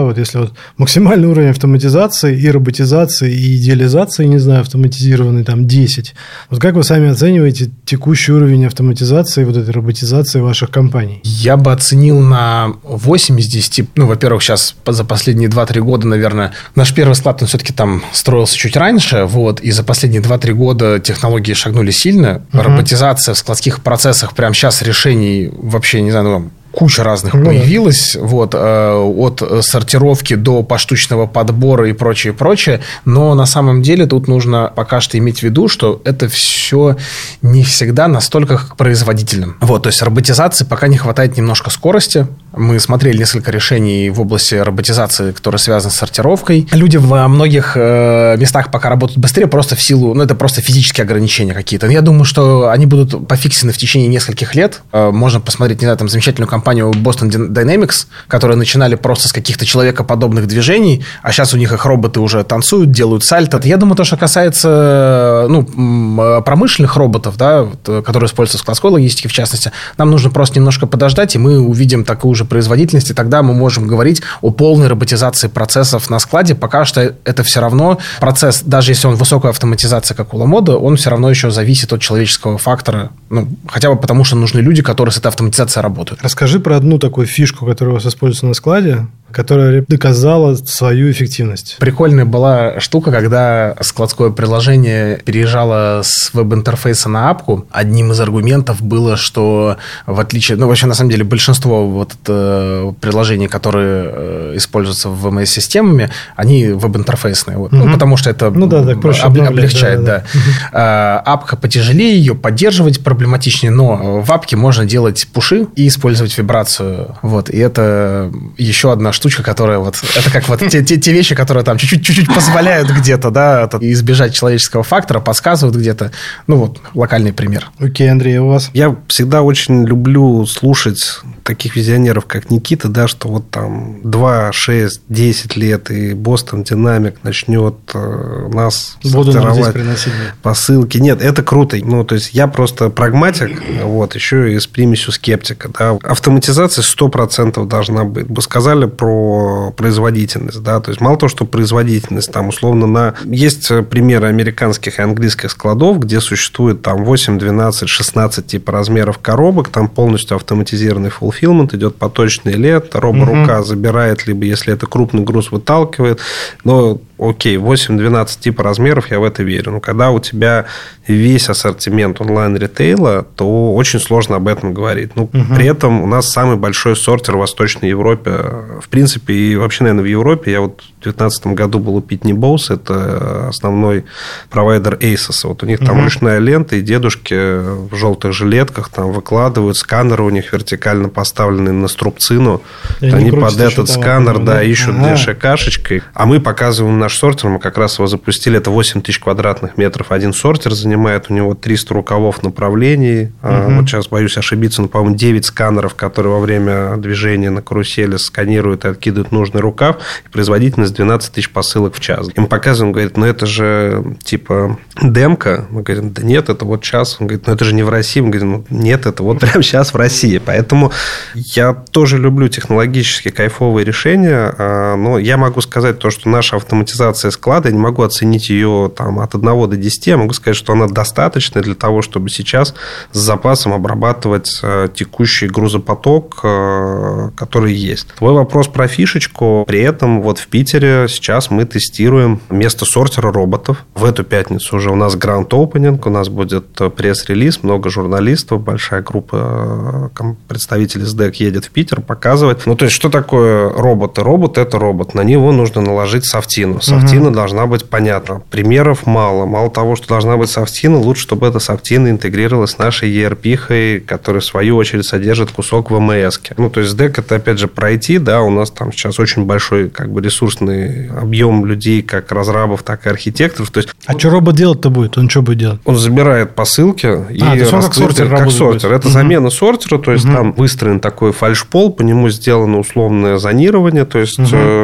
да, вот если вот максимальный уровень автоматизации и роботизации, и идеализации, не знаю, автоматизированный там десять. Вот как вы сами оцениваете текущий уровень автоматизации, вот этой роботизации ваших компаний? Я бы оценил на восемь из десяти. Ну, во-первых, сейчас за последние два-три года, наверное, наш первый склад, он все-таки там строился чуть раньше, вот, и за последние два-три года технологии шагнули сильно. Uh-huh. Роботизация в складских процессах прямо сейчас решений вообще, не знаю, ну, куча разных ну, появилась, да. вот, э, от сортировки до поштучного подбора и прочее, прочее. Но на самом деле тут нужно пока что иметь в виду, что это все не всегда настолько производительным. Вот, то есть роботизации пока не хватает немножко скорости. Мы смотрели несколько решений в области роботизации, которые связаны с сортировкой. Люди в многих э, местах пока работают быстрее, просто в силу, ну, это просто физические ограничения какие-то. Я думаю, что они будут пофиксены в течение нескольких лет. Э, можно посмотреть, не знаю, там замечательную компанию компанию Boston Dynamics, которые начинали просто с каких-то человекоподобных движений, а сейчас у них их роботы уже танцуют, делают сальто. Я думаю, то, что касается ну, промышленных роботов, да, которые используются в складской логистике, в частности, нам нужно просто немножко подождать, и мы увидим такую же производительность, и тогда мы можем говорить о полной роботизации процессов на складе. Пока что это все равно процесс, даже если он высокая автоматизация, как у Ламода, он все равно еще зависит от человеческого фактора, ну, хотя бы потому, что нужны люди, которые с этой автоматизацией работают. Расскажи про одну такую фишку, которая у вас используется на складе, которая доказала свою эффективность. Прикольная была штука, когда складское приложение переезжало с веб-интерфейса на апку. Одним из аргументов было, что в отличие... Ну, вообще, на самом деле, большинство вот это, приложений, которые используются в эм эс-системами, они веб-интерфейсные. Вот. Uh-huh. Ну, потому что это ну, да, так проще об, обновлять, облегчает. Да, да. Да. Uh-huh. Апка потяжелее, ее поддерживать проблематичнее, но в апке можно делать пуши и использовать вибрацию. Вот. И это еще одна штука, штучка, которая вот... Это как вот те, те, те вещи, которые там чуть-чуть, чуть-чуть позволяют где-то, да, избежать человеческого фактора, подсказывают где-то. Ну, вот, локальный пример. Окей, Андрей, у вас? Я всегда очень люблю слушать таких визионеров, как Никита, да, что вот там два, шесть, десять лет, и Boston Dynamics начнет э, нас сортировать посылки. Нет, это круто. Ну, то есть, я просто прагматик, вот, еще и с примесью скептика, да. Автоматизация сто процентов должна быть. Вы сказали про производительность, да, то есть мало того, что производительность там условно на... Есть примеры американских и английских складов, где существует там восемь, двенадцать, шестнадцать типа размеров коробок, там полностью автоматизированный фулфилмент, идет поточный лет, робо-рука угу. забирает, либо если это крупный груз, выталкивает, но окей, восемь-двенадцать типа размеров, я в это верю. Но когда у тебя весь ассортимент онлайн-ритейла, то очень сложно об этом говорить. Ну, угу. При этом у нас самый большой сортир в Восточной Европе. В принципе, и вообще, наверное, в Европе. Я вот в две тысячи девятнадцатом году был у Pitney Bowes, это основной провайдер Asos. Вот у них там угу. ручная лента, и дедушки в желтых жилетках там выкладывают, сканеры у них вертикально поставлены на струбцину. Они, они под этот сканер да, да, ищут ага. ДШ-кашечкой. А мы показываем наш сортир, мы как раз его запустили, это восемь тысяч квадратных метров один сортир занимает, у него триста рукавов направлений, угу. вот сейчас боюсь ошибиться, но, по-моему, девять сканеров, которые во время движения на карусели сканируют и откидывают нужный рукав, и производительность двенадцать тысяч посылок в час. Им показываем, говорит, ну это же типа демка, мы говорим, да нет, это вот час, он говорит, ну это же не в России, мы говорим, ну нет, это вот прямо сейчас в России, поэтому я тоже люблю технологически кайфовые решения, но я могу сказать то, что наша автоматизация склада, я не могу оценить ее там, от одного до десяти, я могу сказать, что она достаточна для того, чтобы сейчас с запасом обрабатывать э, текущий грузопоток, э, который есть. Твой вопрос про фишечку. При этом вот в Питере сейчас мы тестируем место сортира роботов. В эту пятницу уже у нас grand opening, у нас будет пресс-релиз, много журналистов, большая группа э, представителей эс дэ и си едет в Питер показывать. Ну, то есть, что такое роботы? Робот – это робот. На него нужно наложить софтину. Софтина угу. должна быть понятна. Примеров мало. Мало того, что должна быть софтина, лучше, чтобы эта софтина интегрировалась с нашей и эр пи-хой, которая, в свою очередь, содержит кусок в эм эс-ке. Ну, то есть, эс дэ и си – это, опять же, про ай ти, да, у нас там сейчас очень большой, как бы, ресурсный объем людей, как разрабов, так и архитекторов. То есть, а что робот делать-то будет? Он что будет делать? Он забирает посылки и а, раскрытый, как сортир. Как сортир. Это угу. замена сортира, то есть, угу. там выстроен такой фальшпол, по нему сделано условное зонирование, то есть... Угу.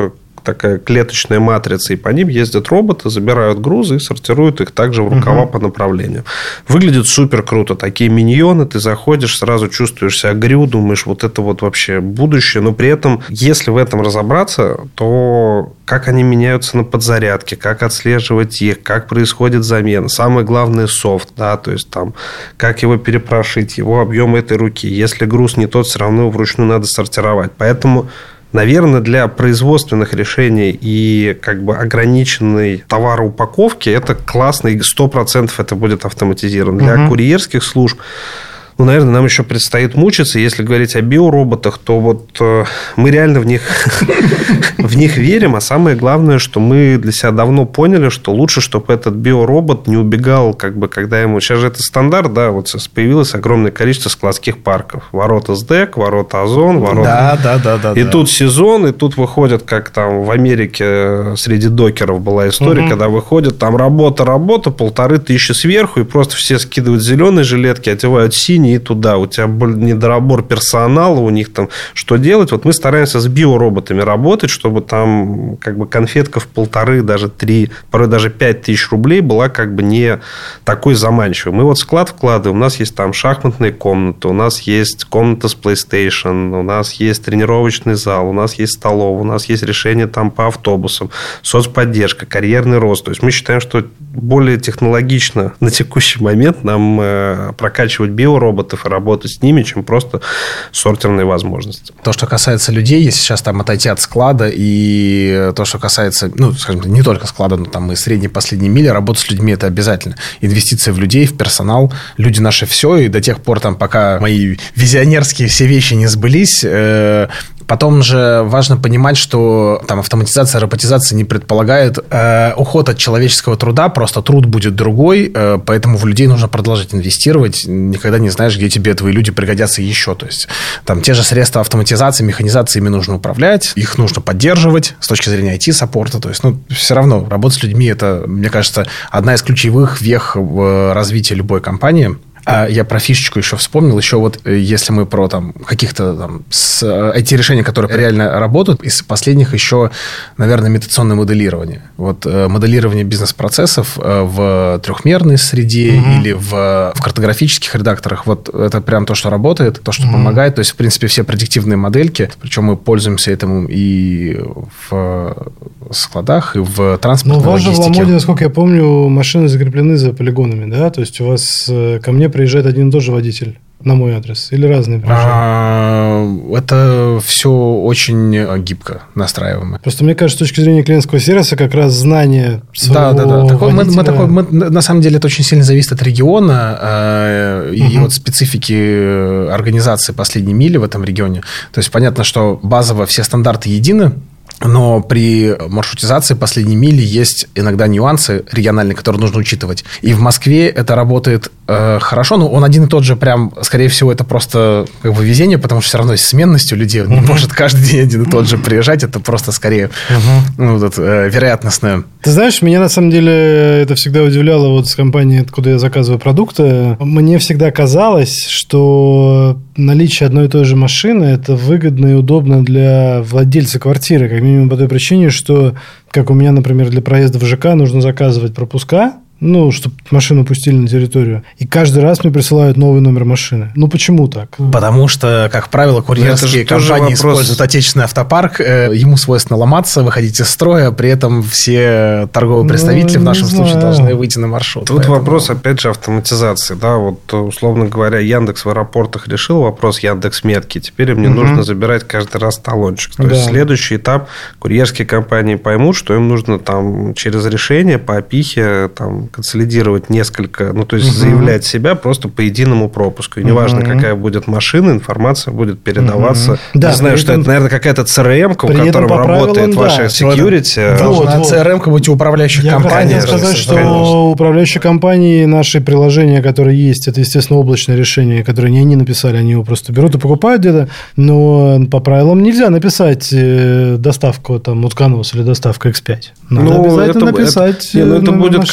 такая клеточная матрица, и по ним ездят роботы, забирают грузы и сортируют их также в рукава угу. по направлению. Выглядит супер круто. Такие миньоны, ты заходишь, сразу чувствуешь себя грю, думаешь, вот это вот вообще будущее. Но при этом, если в этом разобраться, то как они меняются на подзарядке, как отслеживать их, как происходит замена. Самое главное – софт, да, то есть там, как его перепрошить, его объем этой руки. Если груз не тот, все равно его вручную надо сортировать. Поэтому, наверное, для производственных решений и как бы ограниченной товароупаковки это классно, и сто процентов это будет автоматизировано. Для угу. курьерских служб, ну, наверное, нам еще предстоит мучиться. Если говорить о биороботах, то вот э, мы реально в них, в них верим. А самое главное, что мы для себя давно поняли, что лучше, чтобы этот биоробот не убегал, как бы, когда ему... Сейчас же это стандарт, да, вот появилось огромное количество складских парков. Ворота СДЭК, ворота Озон, ворота... Да, да, да, да. И да. тут сезон, и тут выходят, как там в Америке среди докеров была история, угу. когда выходят, там работа, работа, полторы тысячи сверху, и просто все скидывают зеленые жилетки, одевают синие, и туда. У тебя недоробор персонала, у них там что делать. Вот мы стараемся с биороботами работать, чтобы там как бы конфетка в полторы, даже три, порой даже пять тысяч рублей была как бы не такой заманчивой. Мы вот в склад вкладываем, у нас есть там шахматные комнаты, у нас есть комната с PlayStation, у нас есть тренировочный зал, у нас есть столовая, у нас есть решение там по автобусам, соцподдержка, карьерный рост. То есть мы считаем, что более технологично на текущий момент нам э, прокачивать биороботов и работать с ними, чем просто сортерные возможности. То, что касается людей, если сейчас там отойти от склада, и то, что касается, ну, скажем, не только склада, но там и средней последней мили, работать с людьми – это обязательно. Инвестиции в людей, в персонал. Люди наши все, и до тех пор, там, пока мои визионерские все вещи не сбылись, э, потом же важно понимать, что там автоматизация, роботизация не предполагает э, уход от человеческого труда, просто труд будет другой, э, поэтому в людей нужно продолжать инвестировать. Никогда не знаешь, где тебе твои люди пригодятся еще. То есть, там те же средства автоматизации, механизации, ими нужно управлять, их нужно поддерживать с точки зрения ай ти-саппорта. То есть, ну, все равно работать с людьми – это, мне кажется, одна из ключевых вех в развитии любой компании. А я про фишечку еще вспомнил. Еще вот если мы про там, каких-то там, ай ти-решения, которые реально работают, из последних еще, наверное, имитационное моделирование. Вот моделирование бизнес-процессов в трехмерной среде mm-hmm. или в, в картографических редакторах. Вот это прям то, что работает, то, что mm-hmm. помогает. То есть, в принципе, все предиктивные модельки, причем мы пользуемся этим и в складах, и в транспортной Но логистике. Но у вас же в Ламоде, насколько я помню, машины закреплены за полигонами, да? То есть, у вас ко мне приезжает один и тот же водитель на мой адрес? Или разные приезжают? А, это все очень гибко настраиваемо. Просто мне кажется, с точки зрения клиентского сервиса, как раз знание своего да, да, да. Такой, водителя... мы, мы такой, мы, на самом деле, это очень сильно зависит от региона э, и угу. от специфики организации последней мили в этом регионе. То есть, понятно, что базово все стандарты едины, но при маршрутизации последней мили есть иногда нюансы региональные, которые нужно учитывать. И в Москве это работает э, хорошо, но он один и тот же прям, скорее всего, это просто как бы везение, потому что все равно с сменностью людей он не может каждый день один и тот же приезжать. Это просто скорее ну, вот, э, вероятностное. Ты знаешь, меня на самом деле это всегда удивляло вот с компанией, откуда я заказываю продукты. Мне всегда казалось, что наличие одной и той же машины – это выгодно и удобно для владельца квартиры, как минимум по той причине, что, как у меня, например, для проезда в ЖК нужно заказывать пропуска, ну, чтобы машину пустили на территорию. И каждый раз мне присылают новый номер машины. Ну, почему так? Потому что, как правило, курьерские компании используют отечественный автопарк. Ему свойственно ломаться, выходить из строя. При этом все торговые представители ну, в нашем случае знаю. должны выйти на маршрут. Тут поэтому... вопрос, опять же, автоматизации. Да, вот, условно говоря, Яндекс в аэропортах решил вопрос Яндекс.Метки. Теперь им не угу. нужно забирать каждый раз талончик. То да. есть, следующий этап. Курьерские компании поймут, что им нужно там через решение по опихе там консолидировать несколько, ну, то есть, угу. заявлять себя просто по единому пропуску. И неважно, угу. какая будет машина, информация будет передаваться. Угу. Да, не знаю, этом... что это, наверное, какая-то си эр эм-ка, у которой работает да. ваша security. Должна си эр эм-ка быть у управляющих Я компаний. Я хотел сказать, что конечно. управляющие компании, наши приложения, которые есть, это, естественно, облачное решение, которое не они написали, они его просто берут и покупают где-то, но по правилам нельзя написать доставку там Утконос или доставка икс пять. Надо ну, обязательно это, написать. Это, не, ну, это будет какая-нибудь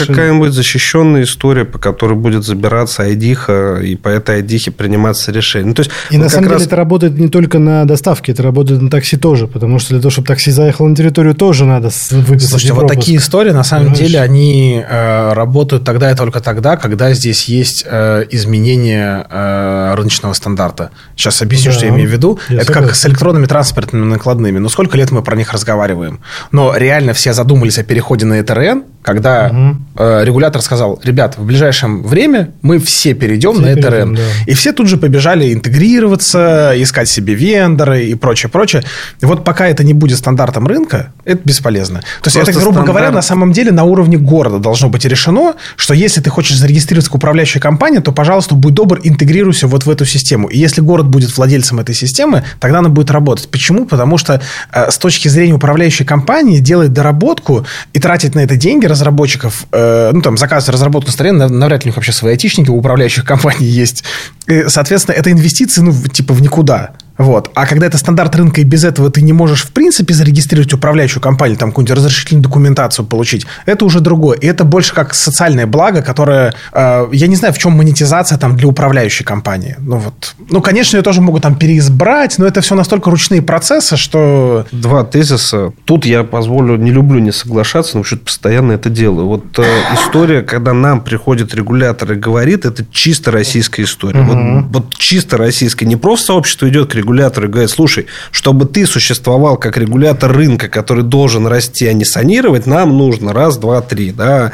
быть защищенная история, по которой будет забираться айдиха, и по этой айдихе приниматься решение. Ну, то есть, и на самом раз... деле это работает не только на доставке, это работает на такси тоже, потому что для того, чтобы такси заехало на территорию, тоже надо выписать. Слушайте, вот такие истории, на самом Понимаешь? деле, они э, работают тогда и только тогда, когда здесь есть э, изменение э, рыночного стандарта. Сейчас объясню, да, что я имею в виду. Это согласен. Как с электронными транспортными накладными. Ну, сколько лет мы про них разговариваем? Но реально все задумались о переходе на ЭТРН, когда угу. э, регулятор сказал: ребят, в ближайшее время мы все перейдем все на ЭТРН. Перейдем, да. И все тут же побежали интегрироваться, искать себе вендоры и прочее, прочее. И вот пока это не будет стандартом рынка, это бесполезно. То есть, Просто это, грубо стандарт... говоря, на самом деле на уровне города должно быть решено, что если ты хочешь зарегистрироваться как управляющая компания, то, пожалуйста, будь добр, интегрируйся вот в эту систему. И если город будет владельцем этой системы, тогда она будет работать. Почему? Потому что э, с точки зрения управляющей компании делать доработку и тратить на это деньги разработчиков, э, ну, там, заказывать разработку на стороне, навряд ли у них вообще свои айтишники у управляющих компаний есть. И, соответственно, это инвестиции, ну, типа, в никуда. Вот. А когда это стандарт рынка, и без этого ты не можешь, в принципе, зарегистрировать управляющую компанию, там, какую-нибудь разрешительную документацию получить, это уже другое. И это больше как социальное благо, которое... Э, я не знаю, в чем монетизация там для управляющей компании. Ну, вот. Ну, конечно, ее тоже могут там переизбрать, но это все настолько ручные процессы, что... Два тезиса. Тут я позволю, не люблю не соглашаться, но что-то постоянно это делаю. Вот э, история, когда нам приходит регулятор и говорит, это чисто российская история. Угу. Вот, вот чисто российская. Не просто сообщество идет к регулятор и говорит: слушай, чтобы ты существовал как регулятор рынка, который должен расти, а не санировать, нам нужно раз, два, три. Да?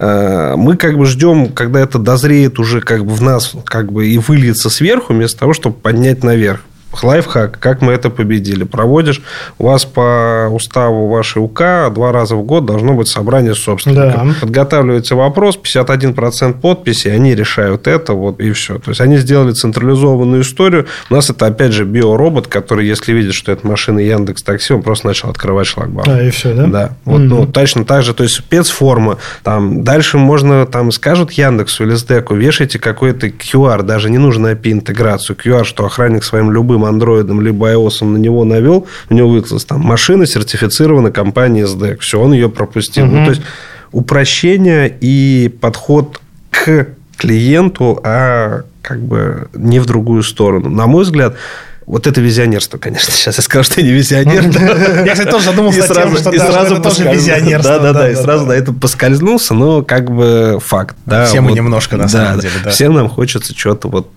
Мы как бы ждем, когда это дозреет уже как бы в нас как бы и выльется сверху, вместо того, чтобы поднять наверх. Лайфхак, как мы это победили. Проводишь, у вас по уставу вашей УК два раза в год должно быть собрание собственников. Да. Подготавливаете вопрос, пятьдесят один процент подписей, они решают это, вот, и все. То есть, они сделали централизованную историю. У нас это, опять же, биоробот, который, если видит, что это машина Яндекс.Такси, он просто начал открывать шлагбаум. А, и все, да? Да. Вот, mm-hmm. ну, точно так же. То есть, спецформа. Там, дальше можно, там, скажут Яндексу или СДЭКу, вешайте какой-то ку ар, даже не нужно эй пи ай-интеграцию. ку ар, что охранник своим любым андроидом либо iOS на него навел, у него выкрылась там машина, сертифицирована компанией СДЭК. Все, он ее пропустил. Угу. Ну, то есть, упрощение и подход к клиенту, а как бы не в другую сторону. На мой взгляд, вот это визионерство, конечно. Сейчас я скажу, что я не визионер. Я, кстати, тоже задумался над тем, что это тоже визионерство. Да-да-да, и сразу на это поскользнулся, но как бы факт. Все мы немножко, на самом деле. Всем нам хочется чего-то вот...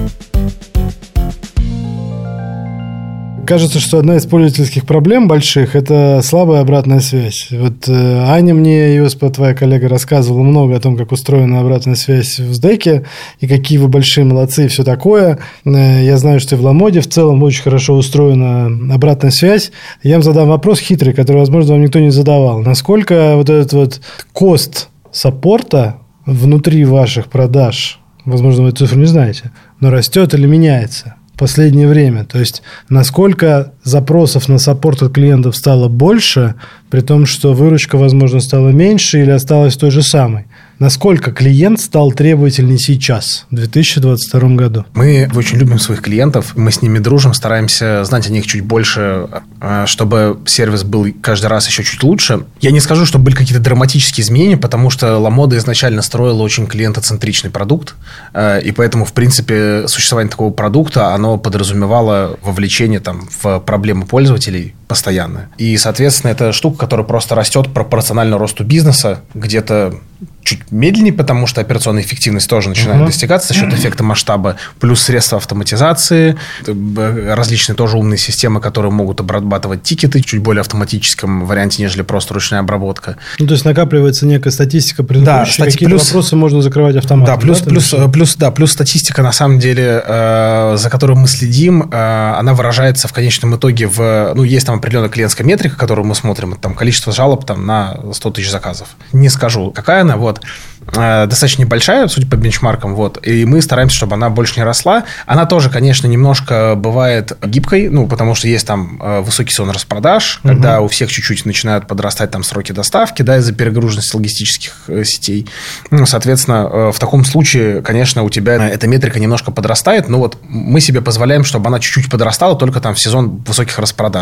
Кажется, что одна из пользовательских проблем больших – это слабая обратная связь. Вот э, Аня мне, Йоспа, твоя коллега, рассказывала много о том, как устроена обратная связь в СДЭКе, и какие вы большие молодцы, и все такое. Э, я знаю, что и в Ламоде в целом очень хорошо устроена обратная связь. Я вам задам вопрос хитрый, который, возможно, вам никто не задавал. Насколько вот этот вот кост саппорта внутри ваших продаж, возможно, вы эту цифру не знаете, но растет или меняется в последнее время? То есть, насколько запросов на саппорт от клиентов стало больше, при том, что выручка, возможно, стала меньше или осталась той же самой? Насколько клиент стал требовательней сейчас, в две тысячи двадцать втором году? Мы очень любим своих клиентов, мы с ними дружим, стараемся знать о них чуть больше, чтобы сервис был каждый раз еще чуть лучше. Я не скажу, что были какие-то драматические изменения, потому что Ламода изначально строила очень клиентоцентричный продукт, и поэтому, в принципе, существование такого продукта, оно подразумевало вовлечение там, в проблемы пользователей постоянно. И, соответственно, это штука, которая просто растет пропорционально росту бизнеса, где-то чуть медленнее, потому что операционная эффективность тоже начинает uh-huh. достигаться за счет эффекта масштаба, плюс средства автоматизации, различные тоже умные системы, которые могут обрабатывать тикеты в чуть более автоматическом варианте, нежели просто ручная обработка. Ну, то есть, накапливается некая статистика предыдущая, да, кстати, какие-то плюс, вопросы можно закрывать автоматом. Да, плюс, да, плюс, плюс, да, плюс статистика, на самом деле, э, за которой мы следим, э, она выражается в конечном итоге в... Ну, есть там определенная клиентская метрика, которую мы смотрим, это там количество жалоб там, на сто тысяч заказов. Не скажу, какая она, вот. Достаточно небольшая, судя по бенчмаркам, вот, и мы стараемся, чтобы она больше не росла. Она тоже, конечно, немножко бывает гибкой, ну, потому что есть там высокий сезон распродаж, угу. когда у всех чуть-чуть начинают подрастать там сроки доставки, да, из-за перегруженности логистических сетей. Ну, соответственно, в таком случае, конечно, у тебя эта метрика немножко подрастает, но вот мы себе позволяем, чтобы она чуть-чуть подрастала только там в сезон высоких распродаж.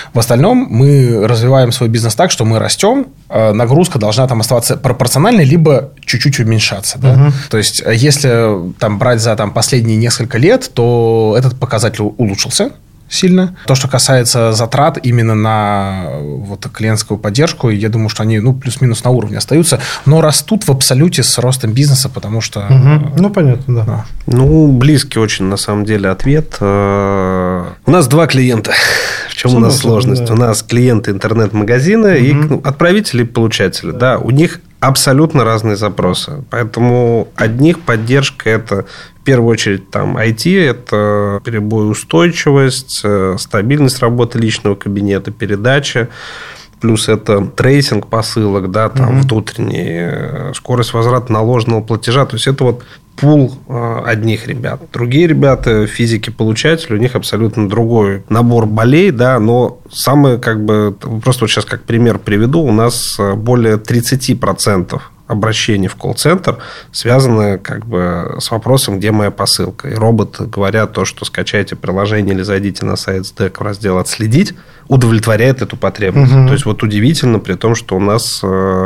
В остальном мы развиваем свой бизнес так, что мы растем, нагрузка должна там оставаться пропорциональной, либо чуть-чуть уменьшаться. Да? Uh-huh. То есть, если там, брать за там, последние несколько лет, то этот показатель улучшился сильно. То, что касается затрат именно на вот, клиентскую поддержку, я думаю, что они ну, плюс-минус на уровне остаются, но растут в абсолюте с ростом бизнеса, потому что... Угу. Ну, понятно, да. да. Ну, близкий очень, на самом деле, ответ. У нас два клиента. В чем Само у нас сложность? Да. У нас клиенты интернет-магазина угу. и ну, отправители и получатели. Да, у них абсолютно разные запросы. Поэтому одних поддержка – это в первую очередь там ай ти, это перебоеустойчивость, стабильность работы личного кабинета, передача. Плюс это трейсинг посылок, да, там угу. внутренняя скорость возврата наложенного платежа. То есть, это вот пул одних ребят. Другие ребята, физики-получатели, у них абсолютно другой набор болей, да, но самое, как бы, просто вот сейчас как пример приведу, у нас более тридцать процентов обращений в колл-центр связаны как бы с вопросом, где моя посылка. И роботы говорят то, что скачайте приложение или зайдите на сайт СДЭК в раздел «Отследить», удовлетворяет эту потребность. Угу. То есть, вот удивительно, при том, что у нас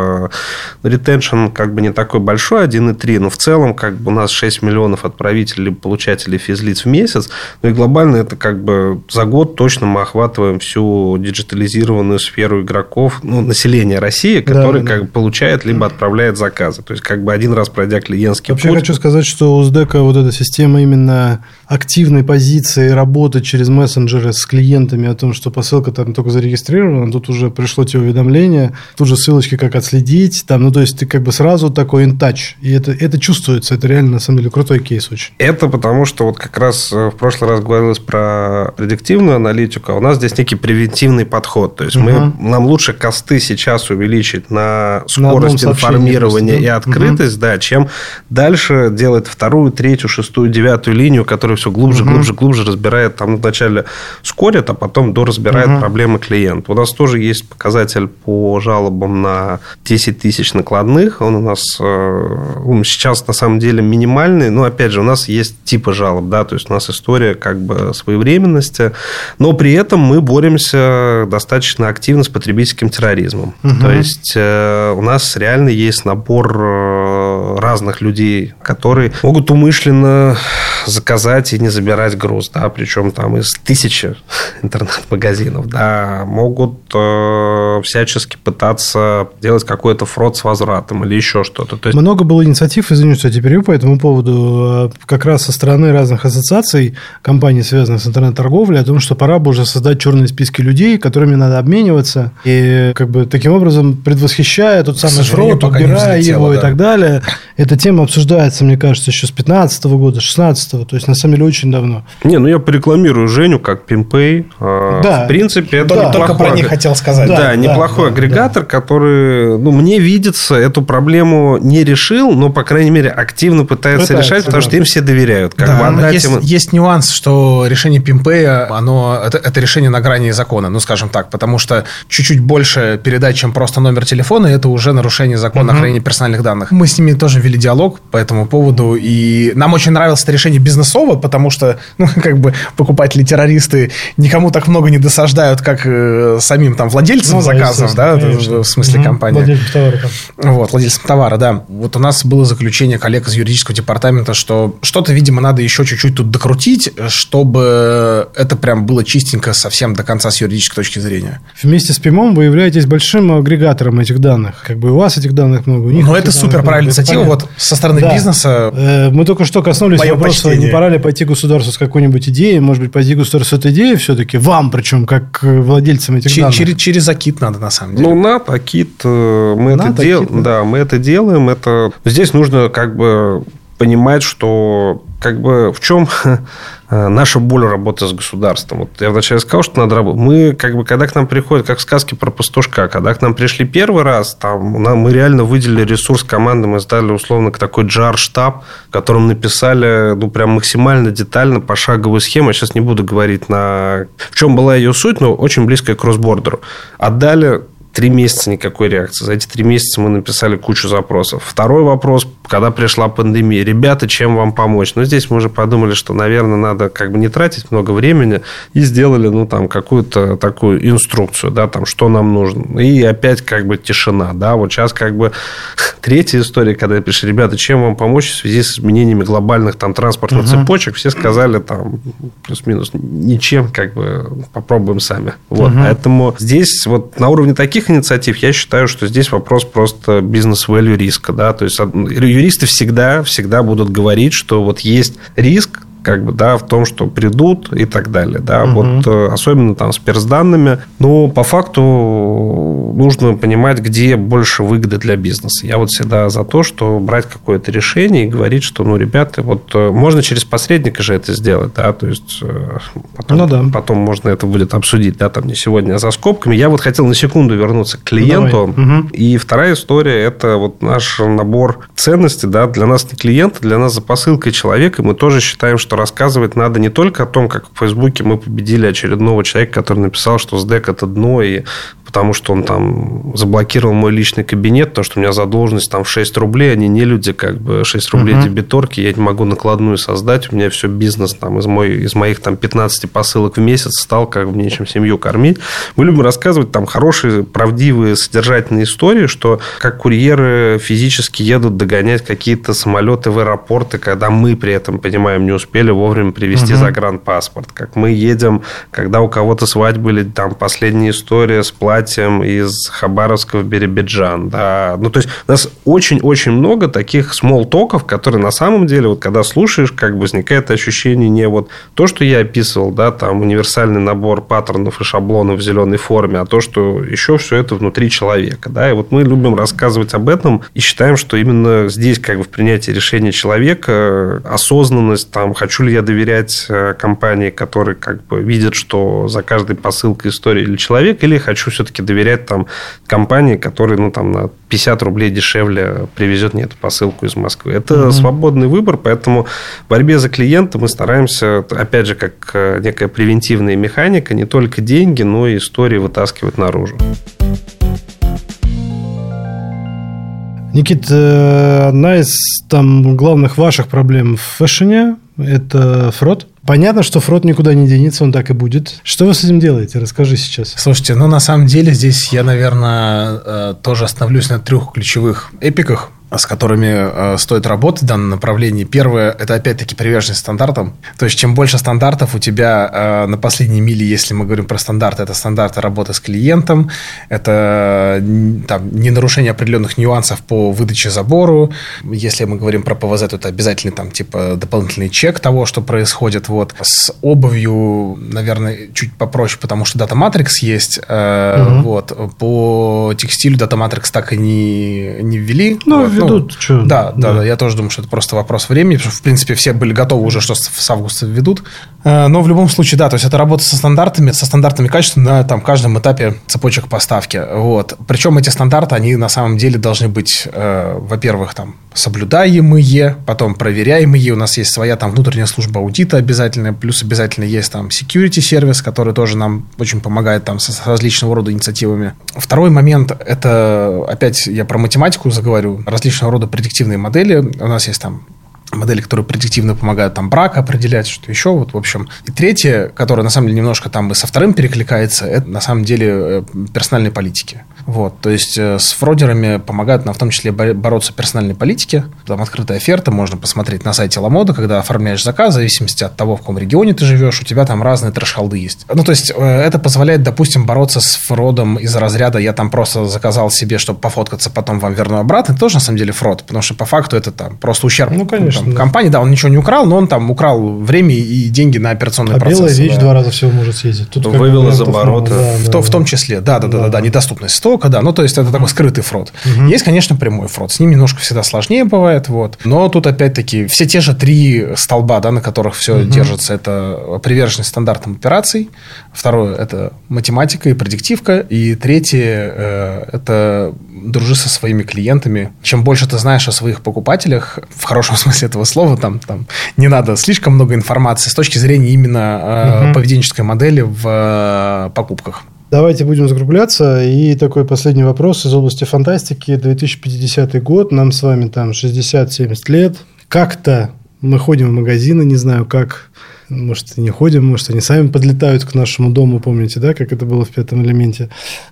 ретеншн как бы не такой большой, один и три, но в целом как бы у нас шесть миллионов отправителей, получателей физлиц в месяц, ну и глобально это как бы за год точно мы охватываем всю диджитализированную сферу игроков, ну, населения России, который да, как да. бы получает либо отправляет заказы. То есть, как бы один раз пройдя клиентский Вообще путь... хочу сказать, что у СДЭКа вот эта система именно активной позиции работы через мессенджеры с клиентами о том, что посылка там только зарегистрирована, тут уже пришло тебе уведомление, тут же ссылочки, как отследить, там, ну, то есть, ты как бы сразу такой in touch, и это, это чувствуется, это реально, на самом деле, крутой кейс очень. Это потому, что вот как раз в прошлый раз говорилось про предиктивную аналитику, а у нас здесь некий превентивный подход, то есть, uh-huh. мы, нам лучше косты сейчас увеличить на скорость на информирования да? и открытость, uh-huh. да, чем дальше делать вторую, третью, шестую, девятую линию, которая все глубже, uh-huh. глубже, глубже разбирает, там вначале скорит, а потом доразбирает uh-huh. проблемы клиента. У нас тоже есть показатель по жалобам на десять тысяч накладных. Он у нас он сейчас на самом деле минимальный. Но, опять же, у нас есть типы жалоб. Да? То есть, у нас история как бы своевременности. Но при этом мы боремся достаточно активно с потребительским терроризмом. Угу. То есть, у нас реально есть набор разных людей, которые могут умышленно заказать и не забирать груз. Да? Причем там из тысячи интернет-магазинов. Да? Могут э, всячески пытаться делать какой-то фрод с возвратом или еще что-то. То есть... Много было инициатив, извините, что я перебью по этому поводу, как раз со стороны разных ассоциаций, компаний, связанных с интернет-торговлей, о том, что пора бы уже создать черные списки людей, которыми надо обмениваться, и как бы таким образом, предвосхищая тот самый фрод, убирая его да. и так далее. Эта тема обсуждается, мне кажется, еще с пятнадцатого года, шестнадцатого, то есть, на самом деле, очень давно. Не, ну я порекламирую Женю как PinPay. Да. В принципе, это да, только про них хотел сказать. Да, да неплохой да, агрегатор, да. который, ну, мне видится, эту проблему не решил, но, по крайней мере, активно пытается, пытается решать, потому да. что им все доверяют. Как да, бы есть, им... есть нюанс, что решение PinPay, оно, это, это решение на грани закона, ну, скажем так, потому что чуть-чуть больше передать, чем просто номер телефона, это уже нарушение закона угу. о хранении персональных данных. Мы с ними тоже вели диалог по этому поводу, и нам очень нравилось это решение бизнесово, потому что, ну, как бы покупатели-террористы никому так много не досаждают, как э, самим там владельцам ну, заказов, да, в смысле угу. компании. Владельцем товара. Вот, владельцем товара, да. Вот у нас было заключение коллег из юридического департамента, что что-то, видимо, надо еще чуть-чуть тут докрутить, чтобы это прям было чистенько совсем до конца с юридической точки зрения. Вместе с ПИМом вы являетесь большим агрегатором этих данных. Как бы у вас этих данных много, у них. Но это супер правильная инициатива. Вот со стороны да. бизнеса. Мы только что коснулись вопроса, не пора ли пойти государству с какой-нибудь идеей, может быть, пойти государству с этой идеей все-таки, вам причем, как владельцам этих Ч- данных. Через, через Акит надо, на самом деле. Ну, НАТ, Акит, мы НАТ, это делаем. Акит, да, мы это делаем. Это... Здесь нужно как бы понимать, что как бы в чем наша боль работы с государством. Вот я вначале сказал, что надо работать. Мы, как бы, когда к нам приходят, как в сказке про пастушка, когда к нам пришли первый раз, там, нам, мы реально выделили ресурс команды, мы сдали, условно, такой джар-штаб, в котором написали, ну, прям максимально детально пошаговую схему. Я сейчас не буду говорить, на... в чем была ее суть, но очень близкая к кроссбордеру. Отдали Три месяца никакой реакции. За эти три месяца мы написали кучу запросов. Второй вопрос, когда пришла пандемия. Ребята, чем вам помочь? Ну, здесь мы уже подумали, что, наверное, надо как бы не тратить много времени. И сделали, ну, там, какую-то такую инструкцию, да, там, что нам нужно. И опять как бы тишина, да. Вот сейчас как бы третья история, когда я пишу, ребята, чем вам помочь в связи с изменениями глобальных там транспортных uh-huh. цепочек? Все сказали там плюс-минус ничем, как бы попробуем сами. Вот. Uh-huh. Поэтому здесь вот на уровне таких инициатив я считаю, что здесь вопрос просто бизнес-вэлью риска, да. То есть юристы всегда, всегда будут говорить, что вот есть риск, как бы, да, в том, что придут и так далее. Да. Угу. Вот, особенно там с персданными. Но по факту нужно понимать, где больше выгоды для бизнеса. Я вот всегда за то, что брать какое-то решение и говорить, что, ну, ребята, вот можно через посредника же это сделать. Да, то есть, потом, ну, да. потом можно это будет обсудить. Да, там не сегодня, а за скобками. Я вот хотел на секунду вернуться к клиенту. Ну, угу. И вторая история – это вот наш набор ценностей. Да, для нас не клиент, для нас за посылкой человека. Мы тоже считаем, что рассказывать надо не только о том, как в Фейсбуке мы победили очередного человека, который написал, что СДЭК – это дно, и потому что он там заблокировал мой личный кабинет, потому что у меня задолженность там в шесть рублей, они не люди, как бы шесть рублей uh-huh. дебиторки, я не могу накладную создать, у меня все бизнес там из, мой, из моих там пятнадцати посылок в месяц стал как бы нечем семью кормить. Мы любим рассказывать там хорошие, правдивые, содержательные истории, что как курьеры физически едут догонять какие-то самолеты в аэропорты, когда мы при этом, понимаем, не успели вовремя привезти uh-huh. загранпаспорт, как мы едем, когда у кого-то свадьбы или там последняя история с платьем из Хабаровска в Биробиджан. Да. Ну, то есть, у нас очень-очень много таких смолл-токов, которые на самом деле, вот когда слушаешь, как бы возникает ощущение не вот то, что я описывал, да, там универсальный набор паттернов и шаблонов в зеленой форме, а то, что еще все это внутри человека. Да. И вот мы любим рассказывать об этом и считаем, что именно здесь как бы в принятии решения человека осознанность, там, хочу ли я доверять компании, которые как бы видят, что за каждой посылкой история или человек, или хочу все-таки доверять там компании, которая, ну, там, на пятьдесят рублей дешевле привезет мне эту посылку из Москвы. Это mm-hmm. свободный выбор, поэтому в борьбе за клиента мы стараемся, опять же, как некая превентивная механика, не только деньги, но и истории вытаскивать наружу. Никит, одна из там главных ваших проблем в фэшне – это фрод. Понятно, что фрод никуда не денется, он так и будет. Что вы с этим делаете? Расскажи сейчас. Слушайте, ну, на самом деле, здесь я, наверное, тоже остановлюсь на трех ключевых эпиках, с которыми э, стоит работать в данном направлении. Первое – это, опять-таки, приверженность стандартам. То есть, чем больше стандартов у тебя э, на последней миле, если мы говорим про стандарты, это стандарты работы с клиентом, это там, не нарушение определенных нюансов по выдаче забору. Если мы говорим про ПВЗ, то это обязательно там, типа, дополнительный чек того, что происходит. Вот. С обувью, наверное, чуть попроще, потому что Data Matrix есть. Э, угу. Вот. По текстилю Data Matrix так и не, не ввели. Ну, ведут. Ну, что? Да, да, да, я тоже думаю, что это просто вопрос времени, потому что, в принципе, все были готовы уже, что с августа введут. Но в любом случае, да, то есть это работа со стандартами, со стандартами качества на там, каждом этапе цепочек поставки. Вот. Причем эти стандарты, они на самом деле должны быть, э, во-первых, там, соблюдаемые, потом проверяемые. У нас есть своя там внутренняя служба аудита обязательная, плюс обязательно есть там security сервис, который тоже нам очень помогает там с, с различного рода инициативами. Второй момент, это, опять я про математику заговорю, различного рода предиктивные модели. У нас есть там модели, которые предиктивно помогают там брак определять, что-то еще. Вот, в общем. И третье, которое на самом деле немножко там и со вторым перекликается, это на самом деле персональные политики. Вот. То есть с фродерами помогают нам в том числе бороться персональной политики. Там открытая оферта, можно посмотреть на сайте Ламода, когда оформляешь заказ, в зависимости от того, в каком регионе ты живешь, у тебя там разные трэш-холды есть. Ну, то есть это позволяет, допустим, бороться с фродом из разряда я там просто заказал себе, чтобы пофоткаться, потом вам верну обратно. Это тоже на самом деле фрод, потому что по факту это там просто ущерб. Ну, конечно. Там, да. Компании, да, он ничего не украл, но он там украл время и деньги на операционный а процесс. А белая вещь да. два раза всего может съездить. Тут вывел из оборота. Да, в, да, то, да. в том числе, да, да, да, да, да, недоступность стока, да. Ну, то есть это такой скрытый фрод. Угу. Есть, конечно, прямой фрод. С ним немножко всегда сложнее бывает. Вот. Но тут опять-таки все те же три столба, да, на которых все угу. держится. Это приверженность стандартам операций. Второе – это математика и предиктивка. И третье э, – это дружи со своими клиентами. Чем больше ты знаешь о своих покупателях, в хорошем смысле этого слова, там, там не надо слишком много информации с точки зрения именно э, угу. поведенческой модели в э, покупках. Давайте будем закругляться. И такой последний вопрос из области фантастики. две тысячи пятидесятый год, нам с вами там шестьдесят-семьдесят лет. Как-то мы ходим в магазины, не знаю как... Может, не ходим, может, они сами подлетают к нашему дому, помните, да, как это было в «Пятом элементе».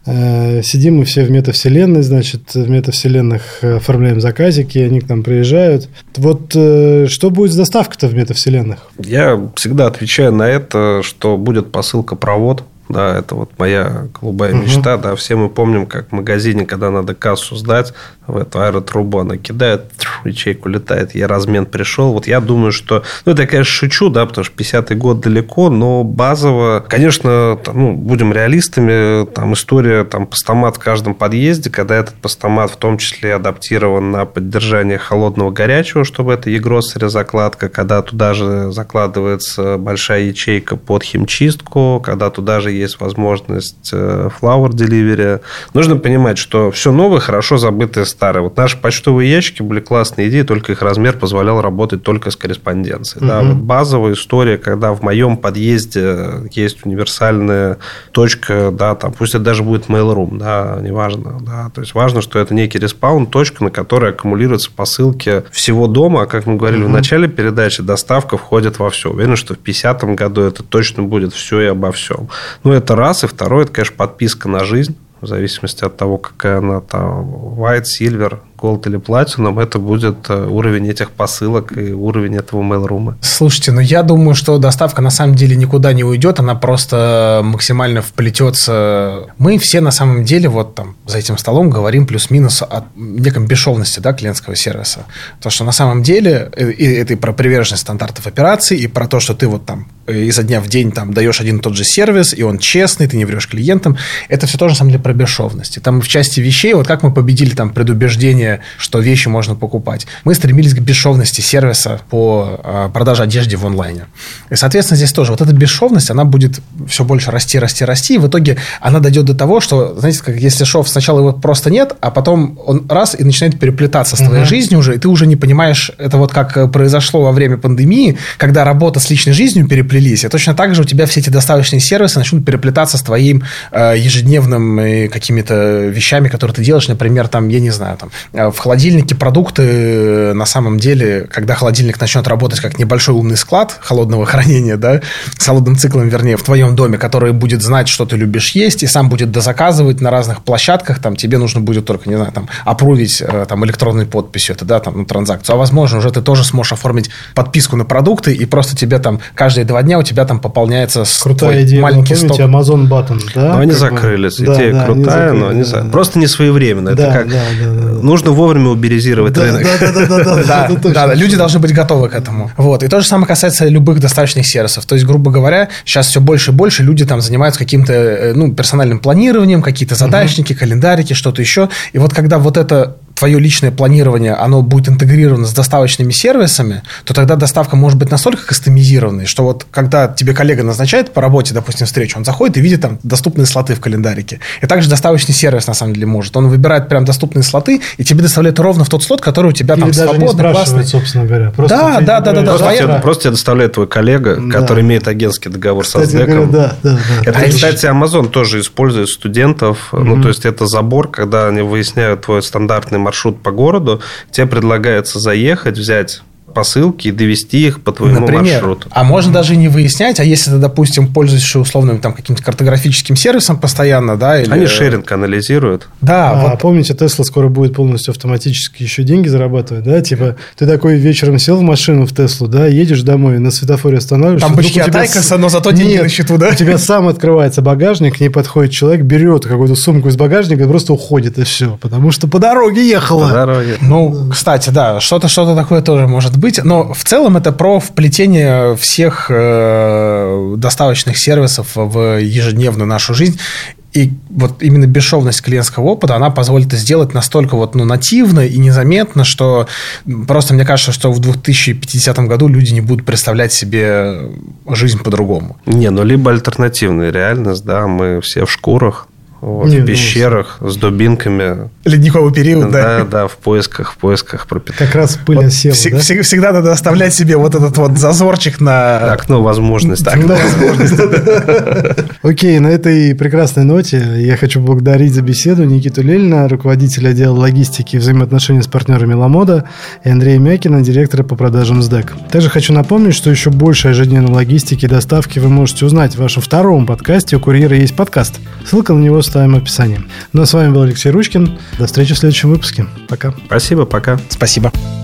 Сидим мы все в метавселенной, значит, в метавселенных оформляем заказики, они к нам приезжают. Вот что будет с доставкой-то в метавселенных? Я всегда отвечаю на это, что будет посылка-провод. Да, это вот моя голубая uh-huh. мечта. Да, все мы помним, как в магазине, когда надо кассу сдать, в эту аэротрубу она кидает, ячейку летает, я размен пришел. Вот я думаю, что... Ну, это я, конечно, шучу, да, потому что пятидесятый год далеко, но базово, конечно, там, ну, будем реалистами, там история, там, постамат в каждом подъезде, когда этот постамат в том числе адаптирован на поддержание холодного горячего, чтобы это e-grocery закладка, когда туда же закладывается большая ячейка под химчистку, когда туда же есть возможность flower delivery. Нужно понимать, что все новое хорошо забытое старое. Вот наши почтовые ящики были классные идеи, только их размер позволял работать только с корреспонденцией. Uh-huh. Да, вот базовая история, когда в моем подъезде есть универсальная точка, да, там, пусть это даже будет mail-room, да, неважно. Да, то есть важно, что это некий респаун, точка, на которой аккумулируются посылки всего дома. А как мы говорили uh-huh. в начале передачи, доставка входит во все. Уверен, что в пятидесятом году это точно будет все и обо всем. Ну, это раз. И второе, это, конечно, подписка на жизнь. В зависимости от того, какая она там, white, silver, gold или platinum, это будет уровень этих посылок и уровень этого mail-room. Слушайте, ну я думаю, что доставка на самом деле никуда не уйдет, она просто максимально вплетется. Мы все на самом деле вот там за этим столом говорим плюс-минус о неком бесшовности, да, клиентского сервиса. То, что на самом деле и это и про приверженность стандартов операций, и про то, что ты вот там изо дня в день там даешь один и тот же сервис, и он честный, ты не врешь клиентам. Это все тоже на самом деле про бесшовность. И там в части вещей, вот как мы победили там предубеждение, что вещи можно покупать. Мы стремились к бесшовности сервиса по э, продаже одежды в онлайне. И, соответственно, здесь тоже вот эта бесшовность, она будет все больше расти, расти, расти. И в итоге она дойдет до того, что, знаете, как если шов сначала его просто нет, а потом он раз и начинает переплетаться с твоей uh-huh. жизнью уже, и ты уже не понимаешь, это вот как произошло во время пандемии, когда работа с личной жизнью переплелись, и точно так же у тебя все эти доставочные сервисы начнут переплетаться с твоим э, ежедневным э, какими-то вещами, которые ты делаешь, например, там, я не знаю, там, в холодильнике продукты, на самом деле, когда холодильник начнет работать как небольшой умный склад холодного хранения, да, с холодным циклом, вернее, в твоем доме, который будет знать, что ты любишь есть, и сам будет дозаказывать на разных площадках, там, тебе нужно будет только, не знаю, там, апрувить там, электронной подписью, это, да, там, ну, транзакцию, а возможно, уже ты тоже сможешь оформить подписку на продукты, и просто тебе там каждые два дня у тебя там пополняется крутая идея, маленький сток. Amazon Button, да? Но они закрылись, бы... идея да, крутая, да, но они да, просто не своевременно. Да, это как... да, да, да. Нужно вовремя уберизировать да, рынок. Да, да, да, да, да, да, да, люди должны быть готовы к этому. Вот. И то же самое касается любых доставочных сервисов. То есть, грубо говоря, сейчас все больше и больше люди там занимаются каким-то ну, персональным планированием, какие-то задачники, uh-huh. календарики, что-то еще. И вот когда вот это твое личное планирование, оно будет интегрировано с доставочными сервисами, то тогда доставка может быть настолько кастомизированной, что вот когда тебе коллега назначает по работе, допустим, встречу, он заходит и видит там доступные слоты в календарике. И также доставочный сервис на самом деле может. Он выбирает прям доступные слоты и тебе доставляет ровно в тот слот, который у тебя там или свободный, даже не классный. Собственно говоря. Просто да, да, да, да, да. Просто, Твоя... тебе, просто тебе доставляет твой коллега, да. который имеет агентский договор кстати, со СДЭКом. Да, да, да. Это, а кстати, Amazon тоже использует студентов. Mm-hmm. Ну, то есть, это забор, когда они выясняют твой стандартный маршрут по городу, тебе предлагается заехать, взять посылки и довести их по твоему Например, маршруту. А можно даже не выяснять, а если ты, допустим, пользуешься условным там, каким-то картографическим сервисом постоянно, да? Или... Они шеринг анализируют. Да. А, вот... помните, Tesla скоро будет полностью автоматически еще деньги зарабатывать, да? Типа, ты такой вечером сел в машину в Теслу, да, едешь домой, на светофоре останавливаешься. Там бычки от Айкоса, но зато деньги на счету, да? У тебя сам открывается багажник, к ней подходит человек, берет какую-то сумку из багажника и просто уходит, и все. Потому что по дороге ехала. По дороге. Ну, кстати, да, что-то, что-то такое тоже может быть. Но в целом это про вплетение всех э, доставочных сервисов в ежедневную нашу жизнь. И вот именно бесшовность клиентского опыта, она позволит это сделать настолько вот, ну, нативно и незаметно, что просто мне кажется, что в две тысячи пятидесятом году люди не будут представлять себе жизнь по-другому. Не, ну, либо альтернативная реальность, да, мы все в шкурах, вот, в пещерах ну, с дубинками. Ледниковый период, да? Да, да, в поисках, в поисках пропитания. Как раз пыль вот осела, вс- да? вс- Всегда надо оставлять себе вот этот вот зазорчик на... Окно возможностей. Окно возможностей. Окей, на этой прекрасной ноте я хочу поблагодарить за беседу Никиту Лелина, руководителя отдела логистики и взаимоотношений с партнерами Ламода, и Андрея Мякина, директора по продажам СДЭК. Также хочу напомнить, что еще больше ежедневной логистики и доставки вы можете узнать в вашем втором подкасте «У курьера есть подкаст». Ссылка на него ставим в описании. Ну а с вами был Алексей Ручкин. До встречи в следующем выпуске. Пока. Спасибо, пока. Спасибо.